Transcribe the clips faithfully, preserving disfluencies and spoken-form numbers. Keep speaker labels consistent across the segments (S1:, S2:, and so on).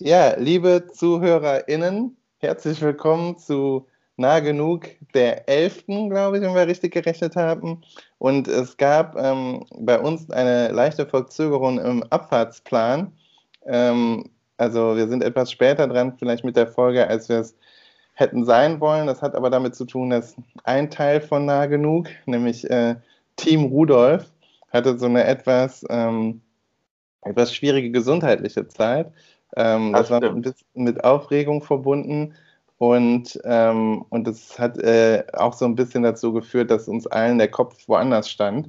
S1: Ja, liebe ZuhörerInnen, herzlich willkommen zu Nah genug der elften, glaube ich, wenn wir richtig gerechnet haben. Und es gab ähm, bei uns eine leichte Verzögerung im Abfahrtsplan. Ähm, also wir sind etwas später dran, vielleicht mit der Folge, als wir es hätten sein wollen. Das hat aber damit zu tun, dass ein Teil von Nah genug, nämlich äh, Team Rudolf, hatte so eine etwas, ähm, etwas schwierige gesundheitliche Zeit. Ähm,
S2: Das
S1: das war ein
S2: stimmt.
S1: bisschen mit Aufregung verbunden und, ähm, und das hat äh, auch so ein bisschen dazu geführt, dass uns allen der Kopf woanders stand.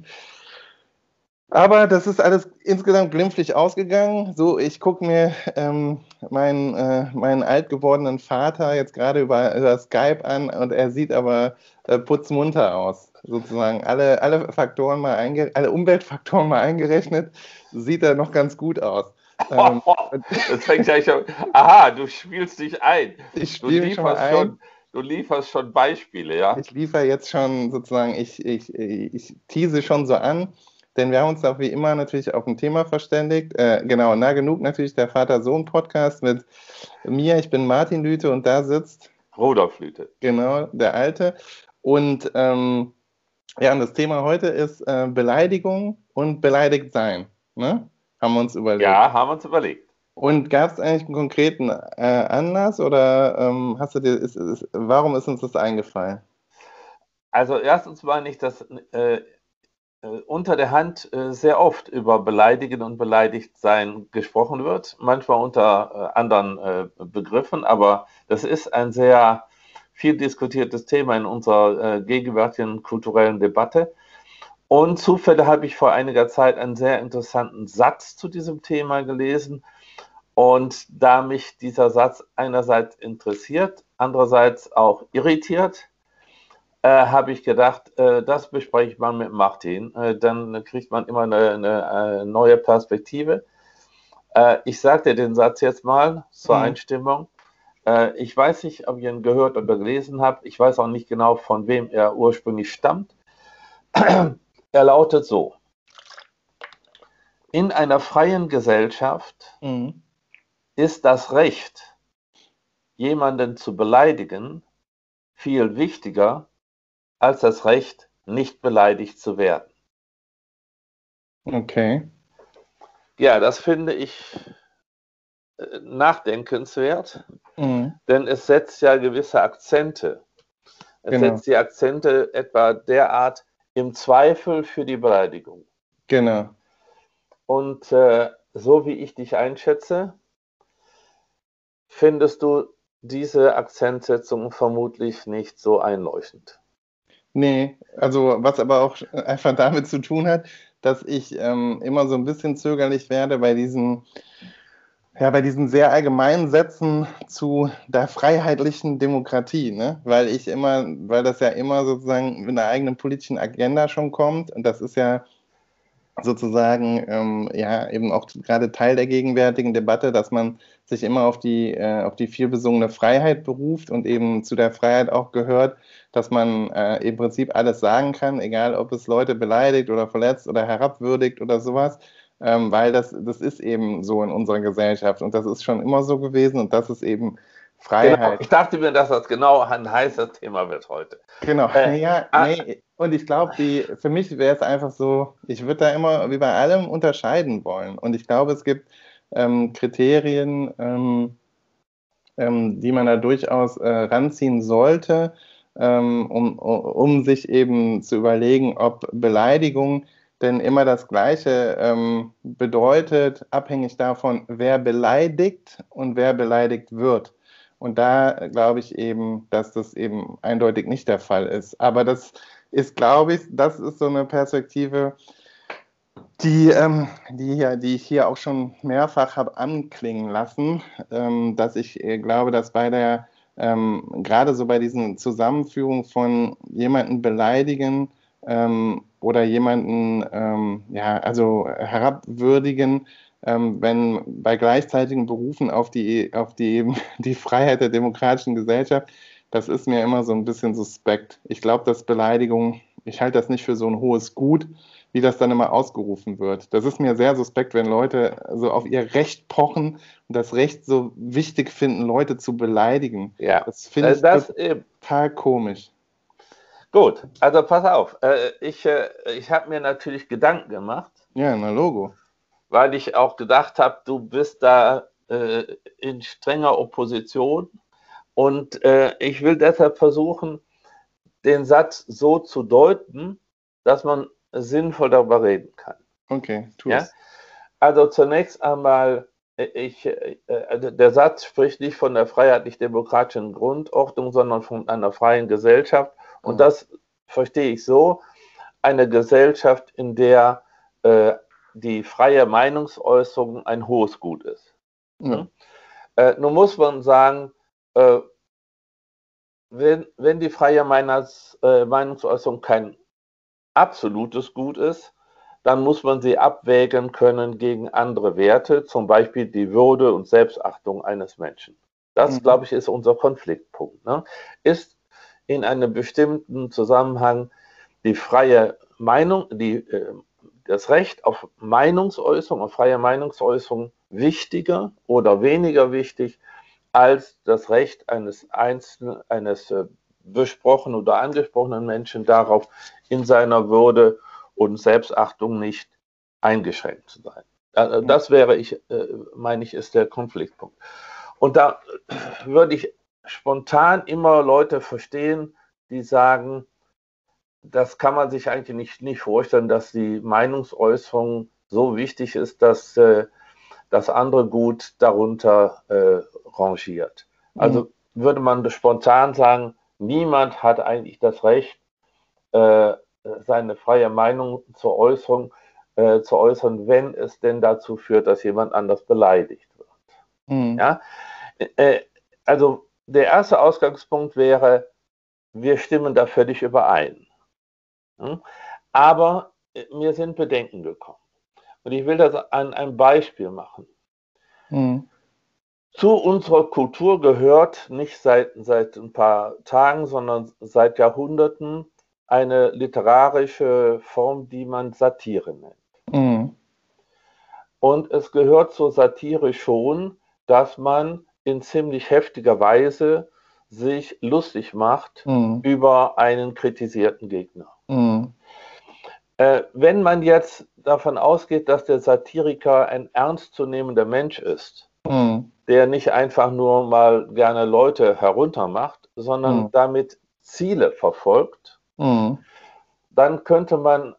S1: Aber das ist alles insgesamt glimpflich ausgegangen. So, ich gucke mir ähm, meinen, äh, meinen alt gewordenen Vater jetzt gerade über, über Skype an und er sieht aber äh, putzmunter aus. Sozusagen alle, alle Faktoren mal einge alle Umweltfaktoren mal eingerechnet, sieht er noch ganz gut aus. Ähm,
S2: Das fängt ja schon. Aha, du spielst dich ein.
S1: ich
S2: Du
S1: spiele mich schon mal
S2: lieferst
S1: ein.
S2: schon, du lieferst schon Beispiele, ja?
S1: Ich liefere jetzt schon sozusagen, ich, ich, ich tease schon so an, denn wir haben uns auch wie immer natürlich auf ein Thema verständigt. Äh, genau, nah genug natürlich der Vater-Sohn-Podcast mit mir. Ich bin Martin Lüthe und da sitzt
S2: Ruderflöte.
S1: genau der Alte. Und ähm, ja, und das Thema heute ist äh, Beleidigung und beleidigt sein. Ne? Haben wir uns überlegt.
S2: Ja, haben wir uns überlegt.
S1: Und gab es eigentlich einen konkreten äh, Anlass oder ähm, hast du dir, ist, ist, warum ist uns das eingefallen?
S2: Also erstens meine ich, dass äh, äh, unter der Hand äh, sehr oft über Beleidigen und Beleidigtsein gesprochen wird, manchmal unter äh, anderen äh, Begriffen, aber das ist ein sehr viel diskutiertes Thema in unserer äh, gegenwärtigen kulturellen Debatte. Und zufällig habe ich vor einiger Zeit einen sehr interessanten Satz zu diesem Thema gelesen. Und da mich dieser Satz einerseits interessiert, andererseits auch irritiert, äh, habe ich gedacht, äh, das bespreche ich mal mit Martin. Äh, dann kriegt man immer eine, eine, eine neue Perspektive. Äh, ich sage dir den Satz jetzt mal zur
S1: Mhm.
S2: Einstimmung. Äh, ich weiß nicht, ob ihr ihn gehört oder gelesen habt. Ich weiß auch nicht genau, von wem er ursprünglich stammt. Er lautet so: In einer freien Gesellschaft
S1: Mhm.
S2: ist das Recht, jemanden zu beleidigen, viel wichtiger als das Recht, nicht beleidigt zu werden.
S1: Okay.
S2: Ja, das finde ich äh, nachdenkenswert,
S1: Mhm.
S2: denn es setzt ja gewisse Akzente. Es
S1: Genau,
S2: setzt die Akzente etwa derart im Zweifel für die Beleidigung.
S1: genau.
S2: Und äh, so wie ich dich einschätze, findest du diese Akzentsetzung vermutlich nicht so einleuchtend.
S1: Nee, also was aber auch einfach damit zu tun hat, dass ich ähm, immer so ein bisschen zögerlich werde bei diesen, ja, bei diesen sehr allgemeinen Sätzen zu der freiheitlichen Demokratie, ne? Weil ich immer, weil das ja immer sozusagen mit einer eigenen politischen Agenda schon kommt und das ist ja sozusagen ähm, ja eben auch gerade Teil der gegenwärtigen Debatte, dass man sich immer auf die, äh, auf die vielbesungene Freiheit beruft und eben zu der Freiheit auch gehört, dass man äh, im Prinzip alles sagen kann, egal ob es Leute beleidigt oder verletzt oder herabwürdigt oder sowas, ähm, weil das, das ist eben so in unserer Gesellschaft und das ist schon immer so gewesen und das ist eben
S2: Genau,
S1: Freiheit.
S2: ich dachte mir, dass das genau ein heißes Thema wird heute.
S1: Genau,
S2: Äh,
S1: ja,
S2: ah,
S1: nee, und ich glaube, die, für mich wäre es einfach so, ich würde da immer wie bei allem unterscheiden wollen. Und ich glaube, es gibt ähm, Kriterien, ähm, ähm, die man da durchaus äh, ranziehen sollte, ähm, um, um sich eben zu überlegen, ob Beleidigung denn immer das Gleiche ähm, bedeutet, abhängig davon, wer beleidigt und wer beleidigt wird. Und da glaube ich eben, dass das eben eindeutig nicht der Fall ist. Aber das ist, glaube ich, das ist so eine Perspektive, die, ähm, die, hier, die ich hier auch schon mehrfach habe anklingen lassen, ähm, dass ich äh, glaube, dass bei der, ähm, gerade so bei diesen Zusammenführungen von jemanden beleidigen ähm, oder jemanden, ähm, ja, also herabwürdigen, ähm, wenn bei gleichzeitigen Berufen auf die, auf die, die Freiheit der demokratischen Gesellschaft, das ist mir immer so ein bisschen suspekt. Ich glaube, dass Beleidigung, ich halte das nicht für so ein hohes Gut, wie das dann immer ausgerufen wird. Das ist mir sehr suspekt, wenn Leute so auf ihr Recht pochen und das Recht so wichtig finden, Leute zu beleidigen.
S2: Ja,
S1: Das finde
S2: äh,
S1: ich
S2: das eben.
S1: total komisch.
S2: Gut, also pass auf. Äh, ich äh, ich habe mir natürlich Gedanken gemacht,
S1: Ja, na Logo.
S2: weil ich auch gedacht habe, du bist da äh, in strenger Opposition. Und äh, ich will deshalb versuchen, den Satz so zu deuten, dass man sinnvoll darüber reden kann.
S1: Okay, tu
S2: Ja?
S1: es.
S2: Also zunächst einmal, äh, ich, äh, also der Satz spricht nicht von der freiheitlich-demokratischen Grundordnung, sondern von einer freien Gesellschaft. Und
S1: Mhm.
S2: das verstehe ich so, eine Gesellschaft, in der äh, die freie Meinungsäußerung ein hohes Gut ist.
S1: Ja.
S2: Hm? Äh, nun muss man sagen, äh, wenn, wenn die freie Meinungs, äh, Meinungsäußerung kein absolutes Gut ist, dann muss man sie abwägen können gegen andere Werte, zum Beispiel die Würde und Selbstachtung eines Menschen. Das,
S1: Mhm.
S2: glaube ich, ist unser Konfliktpunkt. Ne? Ist in einem bestimmten Zusammenhang die freie Meinung, die, äh, das Recht auf Meinungsäußerung, auf freie Meinungsäußerung wichtiger oder weniger wichtig als das Recht eines einzelnen, eines äh, besprochenen oder angesprochenen Menschen darauf, in seiner Würde und Selbstachtung nicht eingeschränkt zu sein. Äh, das wäre ich, äh, meine ich, ist der Konfliktpunkt. Und da würde ich spontan immer Leute verstehen, die sagen, das kann man sich eigentlich nicht, nicht vorstellen, dass die Meinungsäußerung so wichtig ist, dass äh, das andere Gut darunter äh, rangiert. Also würde man spontan sagen, niemand hat eigentlich das Recht, äh, seine freie Meinung zur Äußerung äh, zu äußern, wenn es denn dazu führt, dass jemand anders beleidigt wird.
S1: Mhm.
S2: Ja? Äh, also der erste Ausgangspunkt wäre, wir stimmen da völlig überein. Hm? Aber äh, mir sind Bedenken gekommen. Und ich will das an einem Beispiel machen.
S1: Mhm.
S2: Zu unserer Kultur gehört nicht seit, seit ein paar Tagen, sondern seit Jahrhunderten eine literarische Form, die man Satire nennt.
S1: Mhm.
S2: Und es gehört zur Satire schon, dass man in ziemlich heftiger Weise sich lustig macht
S1: Mhm.
S2: über einen kritisierten Gegner.
S1: Mhm.
S2: Äh, wenn man jetzt davon ausgeht, dass der Satiriker ein ernstzunehmender Mensch ist,
S1: Mhm.
S2: der nicht einfach nur mal gerne Leute heruntermacht, sondern
S1: Mhm.
S2: damit Ziele verfolgt,
S1: Mhm.
S2: dann könnte man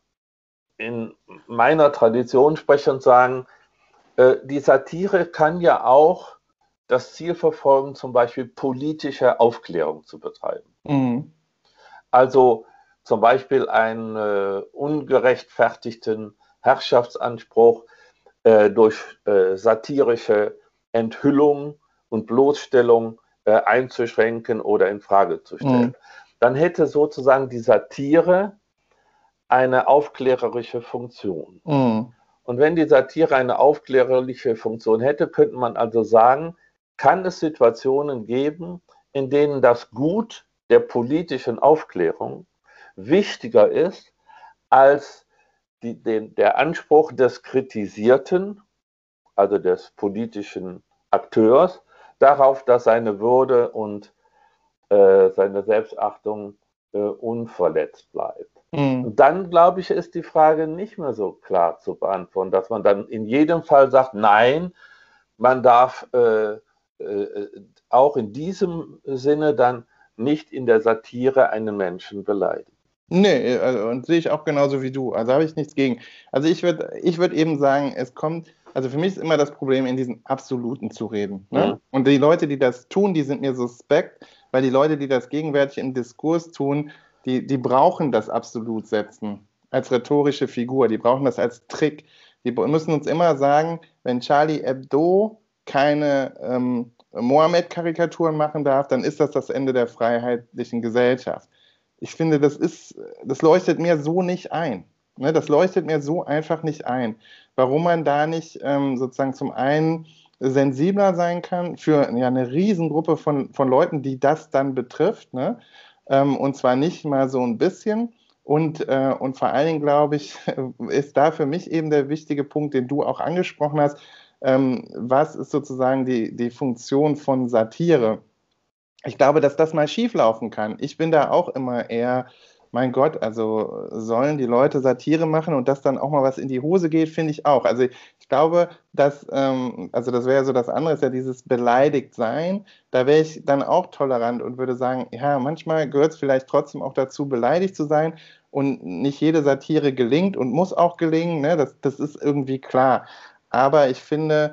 S2: in meiner Tradition sprechen und sagen, äh, die Satire kann ja auch das Ziel verfolgen, zum Beispiel politische Aufklärung zu betreiben.
S1: Mhm.
S2: Also zum Beispiel einen äh, ungerechtfertigten Herrschaftsanspruch äh, durch äh, satirische Enthüllung und Bloßstellung äh, einzuschränken oder in Frage zu stellen.
S1: Mhm.
S2: Dann hätte sozusagen die Satire eine aufklärerische Funktion.
S1: Mhm.
S2: Und wenn die Satire eine aufklärerische Funktion hätte, könnte man also sagen, kann es Situationen geben, in denen das Gut der politischen Aufklärung wichtiger ist als die, den, der Anspruch des Kritisierten, also des politischen Akteurs, darauf, dass seine Würde und äh, seine Selbstachtung äh, unverletzt bleibt.
S1: Mhm.
S2: Und dann, glaube ich, ist die Frage nicht mehr so klar zu beantworten, dass man dann in jedem Fall sagt, nein, man darf äh, äh, auch in diesem Sinne dann nicht in der Satire einen Menschen beleidigen.
S1: Nee, also, und sehe ich auch genauso wie du. Also habe ich nichts gegen. Also ich würde ich würd eben sagen, es kommt, also für mich ist immer das Problem, in diesen Absoluten zu reden. Ne?
S2: Mhm.
S1: Und die Leute, die das tun, die sind mir suspekt, weil die Leute, die das gegenwärtig im Diskurs tun, die, die brauchen das Absolutsetzen als rhetorische Figur, die brauchen das als Trick. Die müssen uns immer sagen, wenn Charlie Hebdo keine ähm, Mohammed-Karikaturen machen darf, dann ist das das Ende der freiheitlichen Gesellschaft. Ich finde, das ist, das leuchtet mir so nicht ein. Ne, das leuchtet mir so einfach nicht ein. Warum man da nicht ähm, sozusagen zum einen sensibler sein kann für ja, eine Riesengruppe von, von Leuten, die das dann betrifft, ne? Ähm, und zwar nicht mal so ein bisschen. Und, äh, und vor allen Dingen, glaube ich, ist da für mich eben der wichtige Punkt, den du auch angesprochen hast. Ähm, was ist sozusagen die, die Funktion von Satire? Ich glaube, dass das mal schieflaufen kann. Ich bin da auch immer eher, mein Gott, also sollen die Leute Satire machen und dass dann auch mal was in die Hose geht, finde ich auch. Also ich glaube, dass, ähm, also das wäre so das andere, ist ja dieses Beleidigtsein. Da wäre ich dann auch tolerant und würde sagen, ja, manchmal gehört es vielleicht trotzdem auch dazu, beleidigt zu sein. Und nicht jede Satire gelingt und muss auch gelingen, ne? Das, das ist irgendwie klar. Aber ich finde,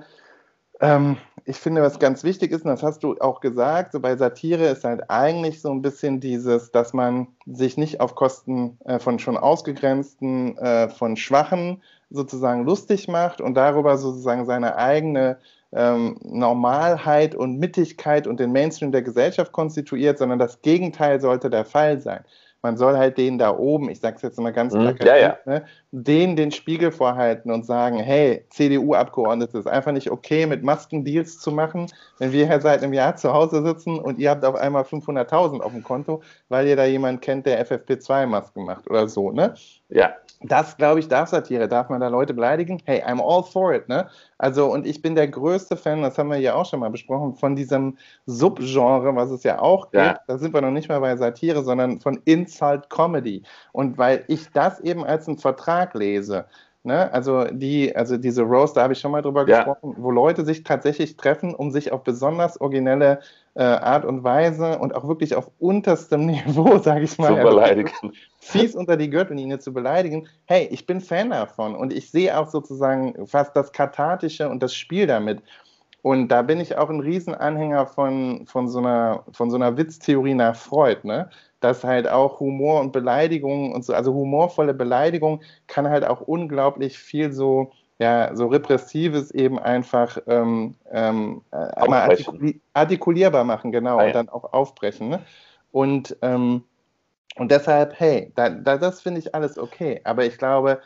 S1: ähm, ich finde, was ganz wichtig ist, und das hast du auch gesagt, so bei Satire ist halt eigentlich so ein bisschen dieses, dass man sich nicht auf Kosten äh, von schon Ausgegrenzten, äh, von Schwachen sozusagen lustig macht und darüber sozusagen seine eigene ähm, Normalheit und Mittigkeit und den Mainstream der Gesellschaft konstituiert, sondern das Gegenteil sollte der Fall sein. Man soll halt denen da oben, ich sage es jetzt mal ganz
S2: Mhm.
S1: plakativ,
S2: Ja, ja.
S1: ne, denen den Spiegel vorhalten und sagen, hey, C D U-Abgeordnete, ist einfach nicht okay, mit Maskendeals zu machen, wenn wir hier seit einem Jahr zu Hause sitzen und ihr habt auf einmal fünfhunderttausend auf dem Konto, weil ihr da jemanden kennt, der F F P zwei Masken macht oder so, ne?
S2: Ja.
S1: Das, glaube ich, darf Satire. Darf man da Leute beleidigen? Hey, I'm all for it, ne? Also, und ich bin der größte Fan, das haben wir ja auch schon mal besprochen, von diesem Subgenre, was es ja auch
S2: Ja.
S1: gibt. Da sind wir noch nicht mal bei Satire, sondern von Insult Comedy. Und weil ich das eben als einen Vertrag lese, ne? Also, die, also diese Roast, da habe ich schon mal drüber
S2: Ja.
S1: gesprochen, wo Leute sich tatsächlich treffen, um sich auf besonders originelle äh, Art und Weise und auch wirklich auf unterstem Niveau, sage ich mal,
S2: Zu beleidigen.
S1: fies unter die Gürtellinie zu beleidigen. Hey, ich bin Fan davon und ich sehe auch sozusagen fast das Kathartische und das Spiel damit. Und da bin ich auch ein Riesenanhänger von, von, so, einer, von so einer Witztheorie nach Freud, ne? Dass halt auch Humor und Beleidigung und so, also humorvolle Beleidigung kann halt auch unglaublich viel so, ja, so Repressives eben einfach ähm, ähm, einmal artikuli artikulierbar machen, genau,
S2: Ah, ja.
S1: und dann auch aufbrechen. Ne? Und ähm, und deshalb, hey, da, da, das finde ich alles okay. Aber ich glaube,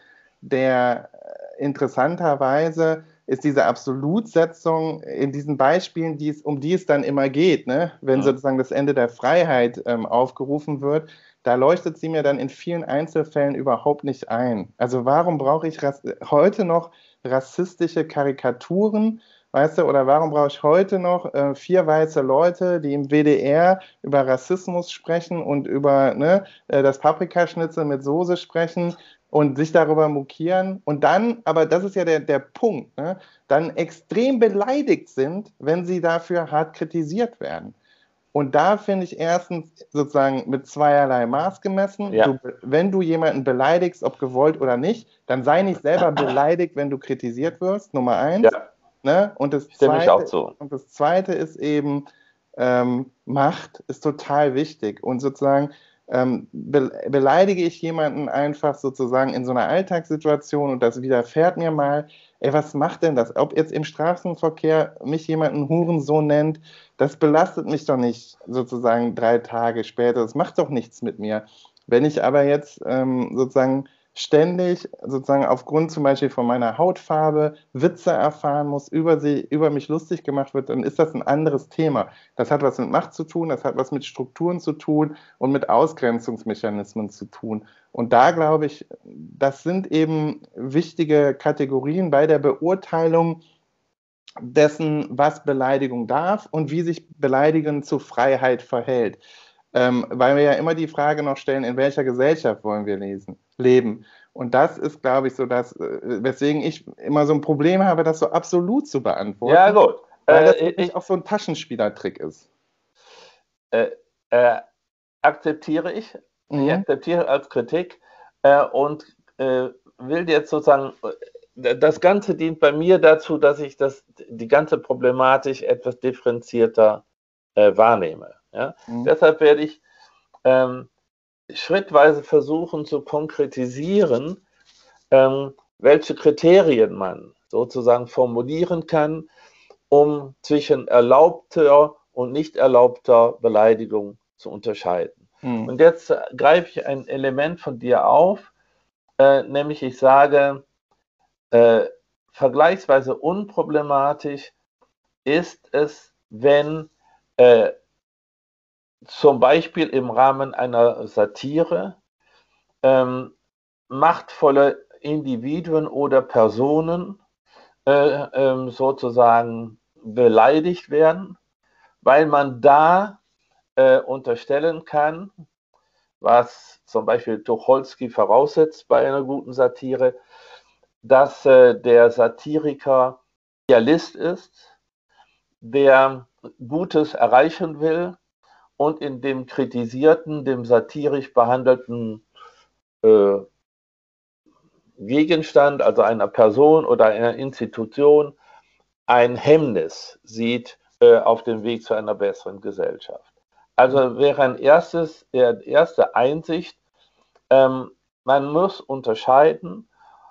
S1: der interessanterweise ist diese Absolutsetzung in diesen Beispielen, die es, um die es dann immer geht, ne? Wenn
S2: Mhm.
S1: sozusagen das Ende der Freiheit ähm, aufgerufen wird, da leuchtet sie mir dann in vielen Einzelfällen überhaupt nicht ein. Also warum brauche ich heute noch rassistische Karikaturen? Weißt du, oder warum brauche ich heute noch äh, vier weiße Leute, die im W D R über Rassismus sprechen und über ne, äh, das Paprikaschnitzel mit Soße sprechen und sich darüber mokieren und dann, aber das ist ja der, der Punkt, ne, dann extrem beleidigt sind, wenn sie dafür hart kritisiert werden. Und da finde ich erstens sozusagen mit zweierlei Maß gemessen.
S2: Ja.
S1: Du, wenn du jemanden beleidigst, ob gewollt oder nicht, dann sei nicht selber beleidigt, wenn du kritisiert wirst, Nummer eins.
S2: Ja.
S1: Ne? Und, das
S2: Stimme ich auch
S1: zweite,
S2: zu.
S1: und das Zweite ist eben, ähm, Macht ist total wichtig. Und sozusagen ähm, be beleidige ich jemanden einfach sozusagen in so einer Alltagssituation und das widerfährt mir mal, ey, was macht denn das? Ob jetzt im Straßenverkehr mich jemand einen Hurensohn nennt, das belastet mich doch nicht sozusagen drei Tage später. Das macht doch nichts mit mir. Wenn ich aber jetzt ähm, sozusagen ständig sozusagen aufgrund zum Beispiel von meiner Hautfarbe Witze erfahren muss, über sie, über mich lustig gemacht wird, dann ist das ein anderes Thema. Das hat was mit Macht zu tun, das hat was mit Strukturen zu tun und mit Ausgrenzungsmechanismen zu tun. Und da glaube ich, das sind eben wichtige Kategorien bei der Beurteilung dessen, was Beleidigung darf und wie sich Beleidigen zu Freiheit verhält. Ähm, weil wir ja immer die Frage noch stellen, in welcher Gesellschaft wollen wir lesen, leben. Und das ist, glaube ich, so das, äh, weswegen ich immer so ein Problem habe, das so absolut zu beantworten.
S2: Ja, gut.
S1: Weil das
S2: Äh,
S1: für mich
S2: ich,
S1: auch so ein Taschenspielertrick ist.
S2: äh, äh, akzeptiere ich. Ich
S1: Mhm.
S2: akzeptiere als Kritik äh, und äh, will jetzt sozusagen, äh, das Ganze dient bei mir dazu, dass ich das, die ganze Problematik etwas differenzierter äh, wahrnehme. Ja?
S1: Mhm.
S2: Deshalb werde ich ähm, schrittweise versuchen zu konkretisieren, ähm, welche Kriterien man sozusagen formulieren kann, um zwischen erlaubter und nicht erlaubter Beleidigung zu unterscheiden.
S1: Mhm.
S2: Und jetzt greife ich ein Element von dir auf, äh, nämlich ich sage, äh, vergleichsweise unproblematisch ist es, wenn äh, zum Beispiel im Rahmen einer Satire ähm, machtvolle Individuen oder Personen äh, ähm, sozusagen beleidigt werden, weil man da äh, unterstellen kann, was zum Beispiel Tucholsky voraussetzt bei einer guten Satire, dass äh, der Satiriker Idealist ist, der Gutes erreichen will und in dem kritisierten, dem satirisch behandelten äh, Gegenstand, also einer Person oder einer Institution, ein Hemmnis sieht äh, auf dem Weg zu einer besseren Gesellschaft. Also wäre ein erstes, der erste Einsicht, ähm, man muss unterscheiden,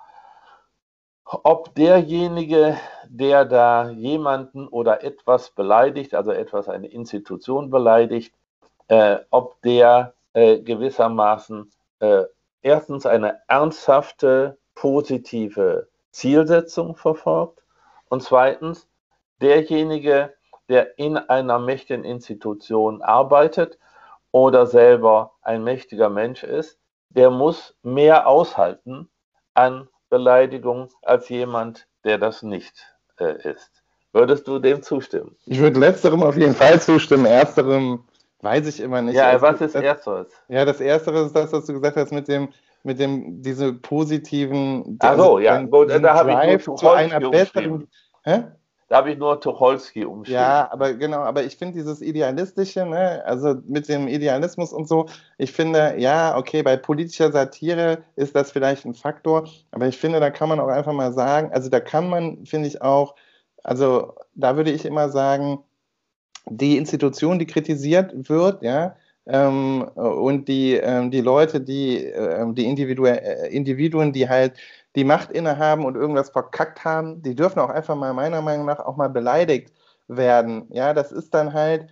S2: ob derjenige, der da jemanden oder etwas beleidigt, also etwas, eine Institution beleidigt, äh, ob der äh, gewissermaßen äh, erstens eine ernsthafte, positive Zielsetzung verfolgt und zweitens derjenige, der in einer mächtigen Institution arbeitet oder selber ein mächtiger Mensch ist, der muss mehr aushalten an Beleidigung als jemand, der das nicht äh, ist. Würdest du dem zustimmen?
S1: Ich würde letzterem auf jeden Fall zustimmen, ersterem weiß ich immer nicht.
S2: Ja,
S1: Also,
S2: was ist
S1: das,
S2: ersteres?
S1: Ja, das Erstere ist das, was du gesagt hast, mit dem, mit dem, diese positiven,
S2: Ach
S1: also
S2: so, ja,
S1: diesen,
S2: gut,
S1: diesen
S2: da habe ich nur
S1: Drive zu einer
S2: Tucholsky
S1: besseren,
S2: umschrieben.
S1: hä?
S2: Da habe ich nur Tucholsky umschrieben.
S1: Ja, aber genau, aber ich finde dieses Idealistische, ne, also mit dem Idealismus und so, ich finde, ja, okay, bei politischer Satire ist das vielleicht ein Faktor, aber ich finde, da kann man auch einfach mal sagen, also da kann man, finde ich auch, also da würde ich immer sagen, die Institution, die kritisiert wird, ja, ähm, und die, ähm, die Leute, die, ähm, die Individu äh, Individuen, die halt die Macht innehaben und irgendwas verkackt haben, die dürfen auch einfach mal meiner Meinung nach auch mal beleidigt werden. Ja, das ist dann halt,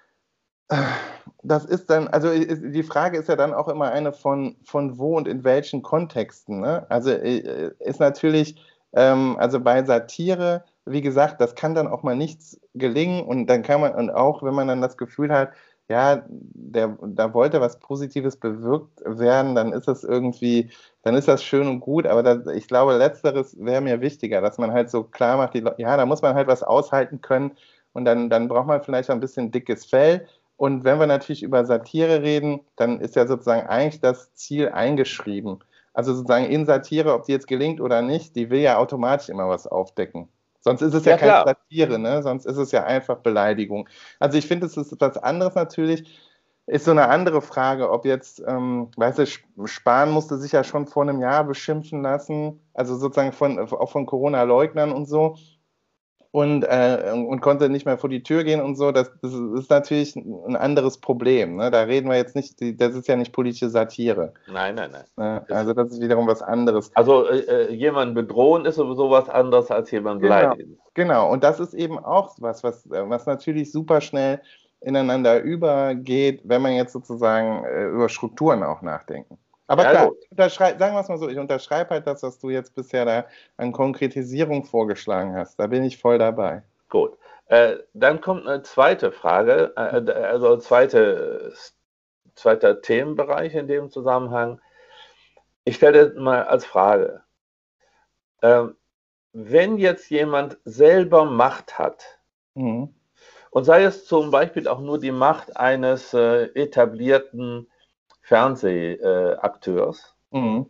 S1: das ist dann, also die Frage ist ja dann auch immer eine von, von wo und in welchen Kontexten. Ne? Also äh, ist natürlich, ähm, also bei Satire, wie gesagt, das kann dann auch mal nichts gelingen und dann kann man, und auch wenn man dann das Gefühl hat, ja, der, da wollte was Positives bewirkt werden, dann ist das irgendwie, dann ist das schön und gut, aber das, ich glaube, letzteres wäre mir wichtiger, dass man halt so klar macht, die, ja, da muss man halt was aushalten können und dann, dann braucht man vielleicht ein bisschen dickes Fell. Und wenn wir natürlich über Satire reden, dann ist ja sozusagen eigentlich das Ziel eingeschrieben. Also sozusagen in Satire, ob die jetzt gelingt oder nicht, die will ja automatisch immer was aufdecken. Sonst ist es ja,
S2: Ja,
S1: keine
S2: klar.
S1: Satire, ne? Sonst ist es ja einfach Beleidigung. Also ich finde, es ist etwas anderes natürlich. Ist so eine andere Frage, ob jetzt, ähm, weißt du, Spahn musste sich ja schon vor einem Jahr beschimpfen lassen, also sozusagen von, auch von Corona-Leugnern und so. Und, äh, und konnte nicht mehr vor die Tür gehen und so, das, das ist natürlich ein anderes Problem. Ne? Da reden wir jetzt nicht, das ist ja nicht politische Satire.
S2: Nein, nein, nein.
S1: Ne? Also das ist wiederum was anderes.
S2: Also äh, jemanden bedrohen ist sowieso was anderes als jemanden
S1: Genau,
S2: beleidigen.
S1: genau. Und das ist eben auch was, was, was natürlich super schnell ineinander übergeht, wenn man jetzt sozusagen äh, über Strukturen auch nachdenken. Aber
S2: Ja,
S1: klar,
S2: gut.
S1: ich unterschreib, sagen wir es mal so, ich unterschreibe halt das, was du jetzt bisher da an Konkretisierung vorgeschlagen hast. Da bin ich voll dabei.
S2: Gut. Äh, dann kommt eine zweite Frage, äh, also zweite, zweiter Themenbereich in dem Zusammenhang. Ich stelle mal als Frage, äh, wenn jetzt jemand selber Macht hat,
S1: Mhm.
S2: und sei es zum Beispiel auch nur die Macht eines äh, etablierten Fernsehakteurs,
S1: Mhm.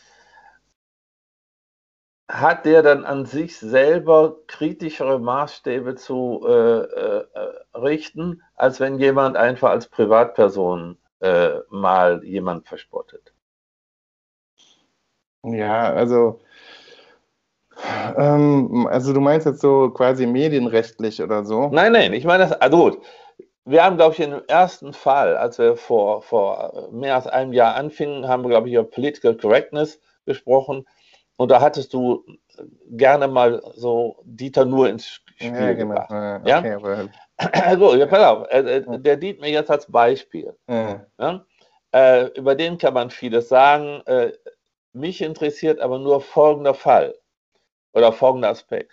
S2: hat der dann an sich selber kritischere Maßstäbe zu äh, äh, richten, als wenn jemand einfach als Privatperson äh, mal jemand verspottet?
S1: Ja, also, ähm, also du meinst jetzt so quasi medienrechtlich oder so?
S2: Nein, nein, ich meine das, also gut. Wir haben, glaube ich, in dem ersten Fall, als wir vor, vor mehr als einem Jahr anfingen, haben wir, glaube ich, über Political Correctness gesprochen. Und da hattest du gerne mal so Dieter Nuhr ins
S1: Ja,
S2: Spiel
S1: genau.
S2: gebracht.
S1: Ja,
S2: Ja?
S1: okay, aber
S2: Also, ja, pass auf, äh,
S1: ja,
S2: der dient mir jetzt als Beispiel.
S1: ja.
S2: Ja? Äh, über den kann man vieles sagen. Äh, mich interessiert aber nur folgender Fall oder folgender Aspekt.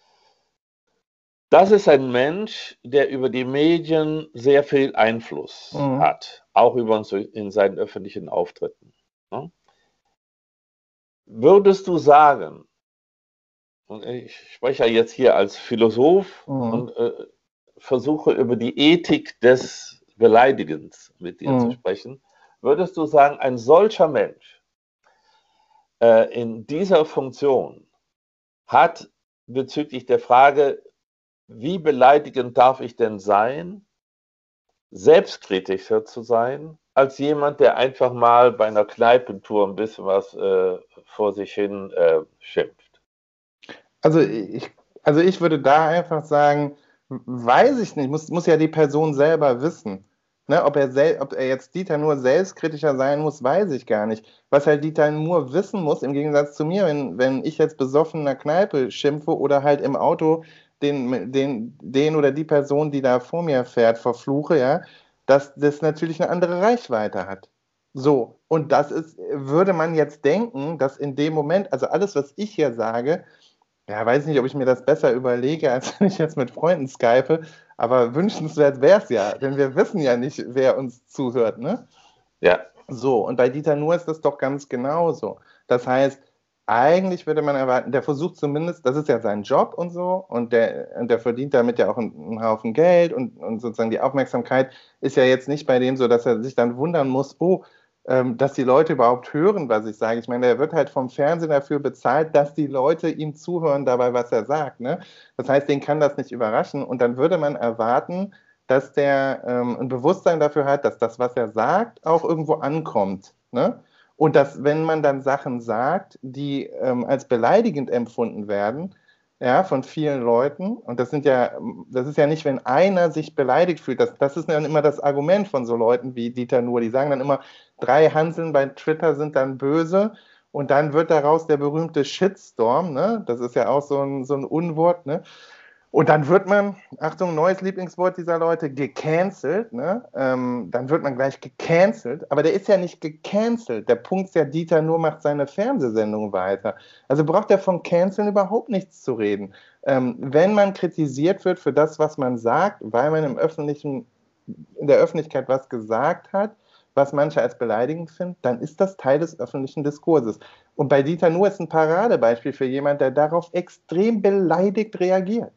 S2: Das ist ein Mensch, der über die Medien sehr viel Einfluss
S1: Mhm.
S2: hat, auch über uns in seinen öffentlichen Auftritten. Ne? würdest du sagen, und ich spreche ja jetzt hier als Philosoph
S1: Mhm.
S2: und äh, versuche über die Ethik des Beleidigens mit dir zu
S1: Mhm.
S2: sprechen, würdest du sagen, ein solcher Mensch äh, in dieser Funktion hat bezüglich der Frage, wie beleidigend darf ich denn sein, selbstkritischer zu sein, als jemand, der einfach mal bei einer Kneipentour ein bisschen was äh, vor sich hin äh, schimpft?
S1: Also ich, also ich würde da einfach sagen, weiß ich nicht, muss, muss ja die Person selber wissen. Ne, ob er, sel ob er jetzt Dieter Nuhr selbstkritischer sein muss, weiß ich gar nicht. Was halt Dieter Nuhr wissen muss, im Gegensatz zu mir, wenn, wenn ich jetzt besoffen in der Kneipe schimpfe oder halt im Auto den, den, den oder die Person, die da vor mir fährt, verfluche, ja, dass das natürlich eine andere Reichweite hat. So, und das ist, würde man jetzt denken, dass in dem Moment, also alles, was ich hier sage, ja, weiß nicht, ob ich mir das besser überlege, als wenn ich jetzt mit Freunden skype, aber wünschenswert wäre es ja, denn wir wissen ja nicht, wer uns zuhört, ne?
S2: Ja.
S1: So, und bei Dieter Nuhr ist das doch ganz genauso. Das heißt, eigentlich würde man erwarten, der versucht zumindest, das ist ja sein Job und so, und der, und der verdient damit ja auch einen, einen Haufen Geld und, und sozusagen die Aufmerksamkeit ist ja jetzt nicht bei dem so, dass er sich dann wundern muss, oh, ähm, dass die Leute überhaupt hören, was ich sage. Ich meine, er wird halt vom Fernsehen dafür bezahlt, dass die Leute ihm zuhören dabei, was er sagt. Ne? Das heißt, den kann das nicht überraschen. Und dann würde man erwarten, dass der ähm, ein Bewusstsein dafür hat, dass das, was er sagt, auch irgendwo ankommt. Ne? Und dass, wenn man dann Sachen sagt, die ähm, als beleidigend empfunden werden, ja, von vielen Leuten, und das sind ja, das ist ja nicht, wenn einer sich beleidigt fühlt, das, das ist dann immer das Argument von so Leuten wie Dieter Nuhr, die sagen dann immer, drei Hanseln bei Twitter sind dann böse und dann wird daraus der berühmte Shitstorm, ne? Das ist ja auch so ein, so ein Unwort, ne? Und dann wird man, Achtung, neues Lieblingswort dieser Leute, gecancelt. Ne? Ähm, dann wird man gleich gecancelt. Aber der ist ja nicht gecancelt. Der Punkt ist ja, Dieter Nuhr macht seine Fernsehsendung weiter. Also braucht er von Canceln überhaupt nichts zu reden. Ähm, wenn man kritisiert wird für das, was man sagt, weil man im öffentlichen, in der Öffentlichkeit was gesagt hat, was manche als beleidigend finden, dann ist das Teil des öffentlichen Diskurses. Und bei Dieter Nuhr ist ein Paradebeispiel für jemand, der darauf extrem beleidigt reagiert.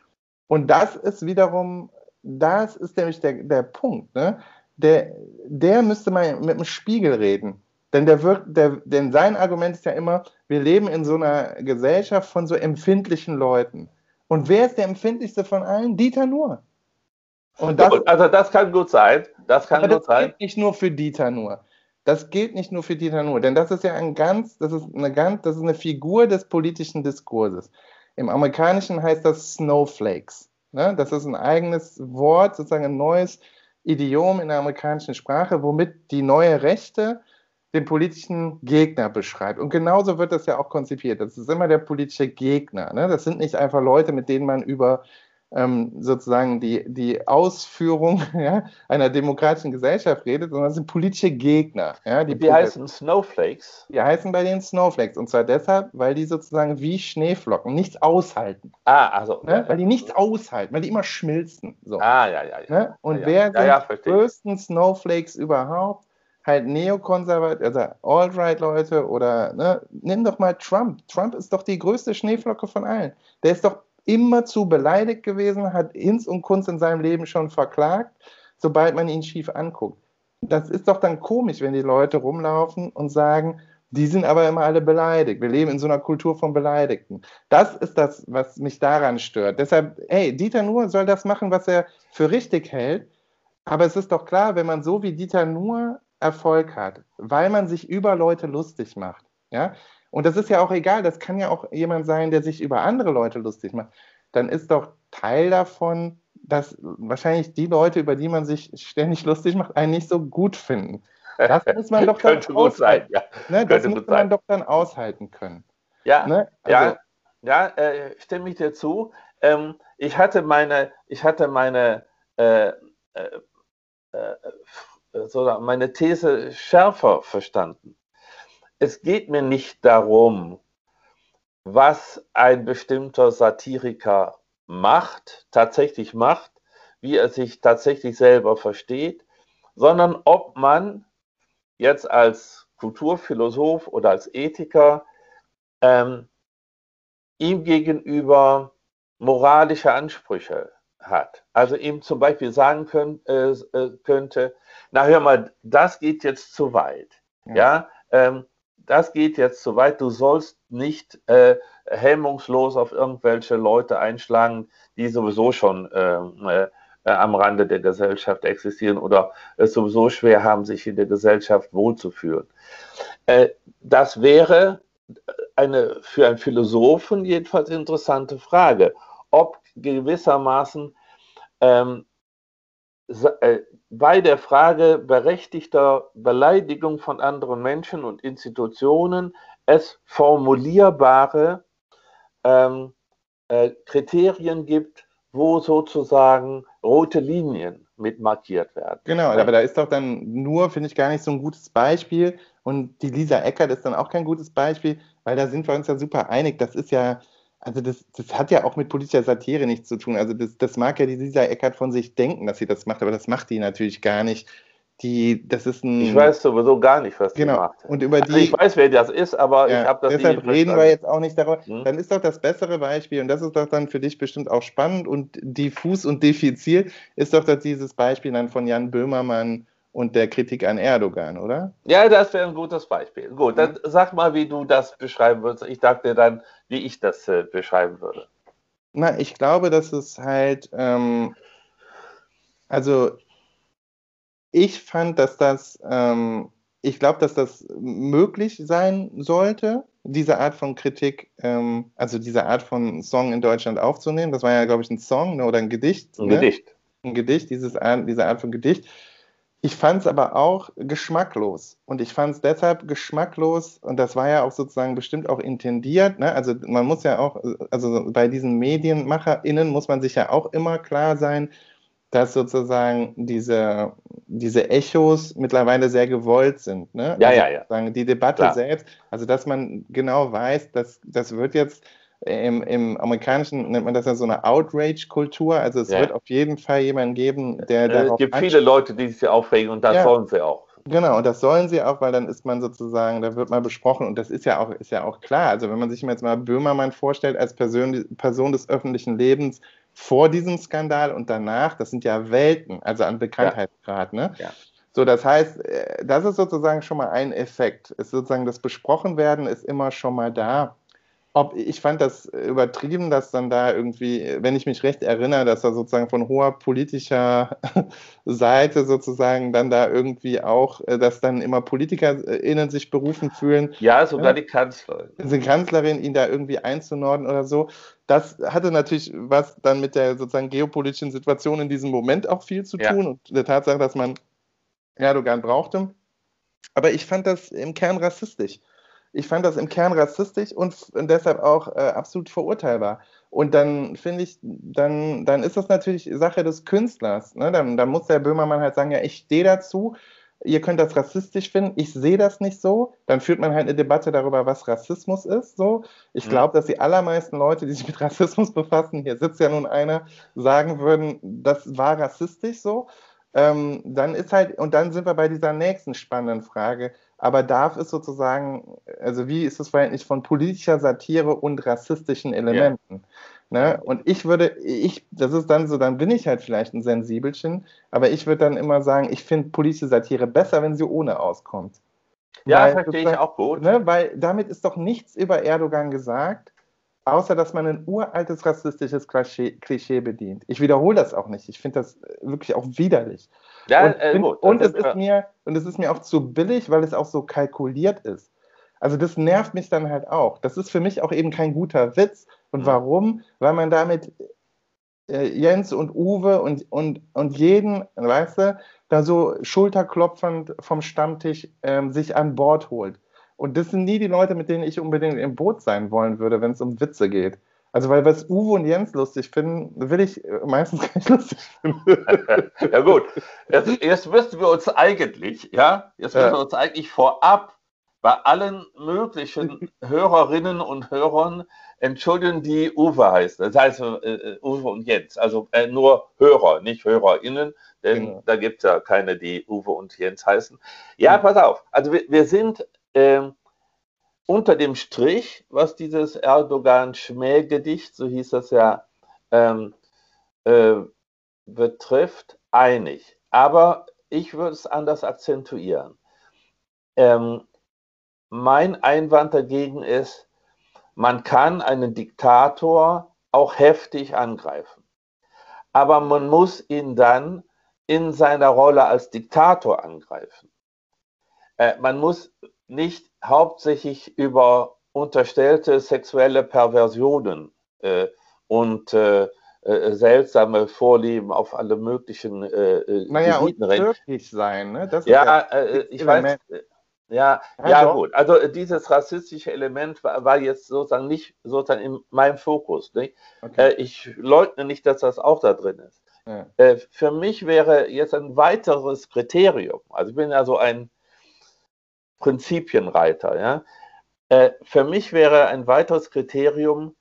S1: Und das ist wiederum, das ist nämlich der, der Punkt. Ne? Der, der müsste mal mit dem Spiegel reden. Denn, der wirkt, der, denn sein Argument ist ja immer, wir leben in so einer Gesellschaft von so empfindlichen Leuten. Und wer ist der empfindlichste von allen? Dieter Nuhr. Und das,
S2: Gut, also das kann gut sein. Das kann
S1: aber
S2: gut
S1: das
S2: sein.
S1: gilt nicht nur für Dieter Nuhr. Das gilt nicht nur für Dieter Nuhr, denn das ist ja ein ganz, das ist eine ganz, das ist eine Figur des politischen Diskurses. Im Amerikanischen heißt das Snowflakes. Ne? Das ist ein eigenes Wort, sozusagen ein neues Idiom in der amerikanischen Sprache, womit die neue Rechte den politischen Gegner beschreibt. Und genauso wird das ja auch konzipiert. Das ist immer der politische Gegner. Ne? Das sind nicht einfach Leute, mit denen man über ähm, sozusagen die, die Ausführung ja, einer demokratischen Gesellschaft redet, sondern das sind politische Gegner. Ja, die,
S2: Und die heißen Snowflakes.
S1: die heißen bei den Snowflakes. Und zwar deshalb, weil die sozusagen wie Schneeflocken nichts aushalten.
S2: Ah, also.
S1: Ne?
S2: Ja,
S1: Weil die
S2: ja.
S1: nichts aushalten, weil die immer schmilzen. So.
S2: Ah, ja, ja, ja.
S1: Ne? Und
S2: ja,
S1: wer
S2: ja,
S1: sind
S2: ja,
S1: die
S2: verstehe ich.
S1: größten Snowflakes überhaupt? Halt Neokonservative, also Alt-Right-Leute oder ne, nimm doch mal Trump. Trump ist doch die größte Schneeflocke von allen. Der ist doch immer zu beleidigt gewesen, hat Hinz und Kunz in seinem Leben schon verklagt, sobald man ihn schief anguckt. Das ist doch dann komisch, wenn die Leute rumlaufen und sagen, die sind aber immer alle beleidigt. Wir leben in so einer Kultur von Beleidigten. Das ist das, was mich daran stört. Deshalb, hey, Dieter Nuhr soll das machen, was er für richtig hält. Aber es ist doch klar, wenn man so wie Dieter Nuhr Erfolg hat, weil man sich über Leute lustig macht, ja, und das ist ja auch egal, das kann ja auch jemand sein, der sich über andere Leute lustig macht, dann ist doch Teil davon, dass wahrscheinlich die Leute, über die man sich ständig lustig macht, einen nicht so gut finden. Das muss man doch dann
S2: Könnte gut sein,
S1: aushalten.
S2: ja.
S1: Ne? Das
S2: Könnte
S1: muss
S2: gut
S1: man
S2: sein.
S1: doch dann aushalten können.
S2: Ja,
S1: Ne? Also,
S2: ja, ja, äh, stimme ich dir zu. Ähm, ich hatte meine, ich hatte meine, äh, äh, äh, so meine These schärfer verstanden. Es geht mir nicht darum, was ein bestimmter Satiriker macht, tatsächlich macht, wie er sich tatsächlich selber versteht, sondern ob man jetzt als Kulturphilosoph oder als Ethiker ähm, ihm gegenüber moralische Ansprüche hat. Also ihm zum Beispiel sagen könnt, äh, äh, könnte, na hör mal, das geht jetzt zu weit. Ja, ja ähm, das geht jetzt zu weit. Du sollst nicht äh, hemmungslos auf irgendwelche Leute einschlagen, die sowieso schon äh, äh, am Rande der Gesellschaft existieren oder es sowieso schwer haben, sich in der Gesellschaft wohlzufühlen. Äh, das wäre eine für einen Philosophen jedenfalls interessante Frage, ob gewissermaßen ähm, äh, bei der Frage berechtigter Beleidigung von anderen Menschen und Institutionen es formulierbare ähm, äh, Kriterien gibt, wo sozusagen rote Linien mit markiert werden.
S1: Genau, aber da ist doch dann nur, finde ich, gar nicht so ein gutes Beispiel. Und die Lisa Eckert ist dann auch kein gutes Beispiel, weil da sind wir uns ja super einig. Das ist ja, also das, das hat ja auch mit politischer Satire nichts zu tun. Also das, das mag ja die Lisa Eckert von sich denken, dass sie das macht, aber das macht die natürlich gar nicht. Die, das ist ein,
S2: ich weiß sowieso gar nicht, was
S1: genau.
S2: die macht.
S1: Und über die,
S2: also ich weiß, wer das ist, aber
S1: ja,
S2: ich habe das
S1: deshalb
S2: nicht
S1: reden wir jetzt auch nicht darüber.
S2: Hm?
S1: Dann ist doch das bessere Beispiel, und das ist doch dann für dich bestimmt auch spannend und diffus und diffizil, ist doch das dieses Beispiel dann von Jan Böhmermann und der Kritik an Erdogan, oder?
S2: Ja, das wäre ein gutes Beispiel. Gut, dann sag mal, wie du das beschreiben würdest. Ich dachte dir dann, wie ich das äh, beschreiben würde.
S1: Na, ich glaube, dass es halt, ähm, also ich fand, dass das, ähm, ich glaube, dass das möglich sein sollte, diese Art von Kritik, ähm, also diese Art von Song in Deutschland aufzunehmen. Das war ja, glaube ich, ein Song, ne, oder ein Gedicht.
S2: Ein
S1: ne?
S2: Gedicht.
S1: Ein Gedicht, dieses Art, diese Art von Gedicht. Ich fand es aber auch geschmacklos. Und ich fand es deshalb geschmacklos, und das war ja auch sozusagen bestimmt auch intendiert. Ne? Also man muss ja auch, also bei diesen MedienmacherInnen muss man sich ja auch immer klar sein, dass sozusagen diese, diese Echos mittlerweile sehr gewollt sind. Ne?
S2: Ja,
S1: also
S2: ja, ja.
S1: sozusagen die Debatte
S2: Klar.
S1: selbst, also dass man genau weiß, dass das wird jetzt im, im Amerikanischen nennt man das ja so eine Outrage-Kultur, also es
S2: Ja.
S1: wird auf jeden Fall jemanden geben, der
S2: Es
S1: darauf
S2: gibt viele Leute, die sich aufregen und das
S1: Ja.
S2: sollen sie auch.
S1: Genau, und das sollen sie auch, weil dann ist man sozusagen, da wird mal besprochen und das ist ja auch, ist ja auch klar. Also wenn man sich jetzt mal Böhmermann vorstellt als Person, Person des öffentlichen Lebens vor diesem Skandal und danach, das sind ja Welten, also an Bekanntheitsgrad. Ne?
S2: Ja.
S1: So, das heißt, das ist sozusagen schon mal ein Effekt. Ist sozusagen das Besprochenwerden ist immer schon mal da. Ob, ich fand das übertrieben, dass dann da irgendwie, wenn ich mich recht erinnere, dass da sozusagen von hoher politischer Seite sozusagen dann da irgendwie auch, dass dann immer PolitikerInnen sich berufen fühlen.
S2: Ja, sogar ja, die Kanzlerin.
S1: Die Kanzlerin, ihn da irgendwie einzunorden oder so. Das hatte natürlich was dann mit der sozusagen geopolitischen Situation in diesem Moment auch viel zu tun ja. und der Tatsache, dass man Erdogan brauchte. Aber ich fand das im Kern rassistisch. Ich fand das im Kern rassistisch und, und deshalb auch äh, absolut verurteilbar. Und dann finde ich, dann, dann ist das natürlich Sache des Künstlers. Ne? Dann, dann muss der Böhmermann halt sagen, ja, ich stehe dazu, ihr könnt das rassistisch finden, ich sehe das nicht so. Dann führt man halt eine Debatte darüber, was Rassismus ist. So. Ich glaube, dass die allermeisten Leute, die sich mit Rassismus befassen, hier sitzt ja nun einer, sagen würden, das war rassistisch so. Ähm, dann ist halt, und dann sind wir bei dieser nächsten spannenden Frage, aber darf es sozusagen, also wie ist das Verhältnis von politischer Satire und rassistischen Elementen? Ja. Ne? Und ich würde, ich, das ist dann so, dann bin ich halt vielleicht ein Sensibelchen, aber ich würde dann immer sagen, ich finde politische Satire besser, wenn sie ohne auskommt.
S2: Ja, weil, verstehe ich auch gut.
S1: Ne, weil damit ist doch nichts über Erdogan gesagt, außer dass man ein uraltes rassistisches Klischee, Klischee bedient. Ich wiederhole das auch nicht. Ich finde das wirklich auch widerlich.
S2: Ja,
S1: und,
S2: äh, gut,
S1: und, es ist mir, und es ist mir auch zu billig, weil es auch so kalkuliert ist. Also das nervt mich dann halt auch. Das ist für mich auch eben kein guter Witz. Und mhm. warum? Weil man damit äh, Jens und Uwe und, und, und jeden, weißt du, da so schulterklopfend vom Stammtisch ähm, sich an Bord holt. Und das sind nie die Leute, mit denen ich unbedingt im Boot sein wollen würde, wenn es um Witze geht. Also, weil was Uwe und Jens lustig finden, will ich meistens gar nicht lustig finden.
S2: Ja gut, jetzt, jetzt müssten wir uns eigentlich, ja, jetzt müssen ja. wir uns eigentlich vorab bei allen möglichen Hörerinnen und Hörern entschuldigen, die Uwe heißen. Das heißt äh, Uwe und Jens, also äh, nur Hörer, nicht HörerInnen, denn genau. da gibt es ja keine, die Uwe und Jens heißen. Ja, mhm. pass auf, also wir, wir sind Ähm, unter dem Strich, was dieses Erdogan-Schmähgedicht, so hieß das ja, ähm, äh, betrifft, einig. Aber ich würde es anders akzentuieren. Ähm, mein Einwand dagegen ist, man kann einen Diktator auch heftig angreifen. Aber man muss ihn dann in seiner Rolle als Diktator angreifen. Äh, man muss nicht hauptsächlich über unterstellte sexuelle Perversionen äh, und äh, äh, seltsame Vorlieben auf alle möglichen äh,
S1: Naja, und
S2: Gebieten reden.
S1: türkisch sein, ne? Das ist ja
S2: Ja, äh,
S1: das
S2: ich weiß,
S1: Element.
S2: äh, ja,
S1: Ja,
S2: ja
S1: doch.
S2: gut. Also dieses rassistische Element war, war jetzt sozusagen nicht sozusagen in meinem Fokus. Nicht?
S1: Okay.
S2: Äh, ich leugne nicht, dass das auch da drin ist.
S1: Ja.
S2: Äh, für mich wäre jetzt ein weiteres Kriterium, also ich bin ja so ein Prinzipienreiter, ja. Äh, für mich wäre ein weiteres Kriterium,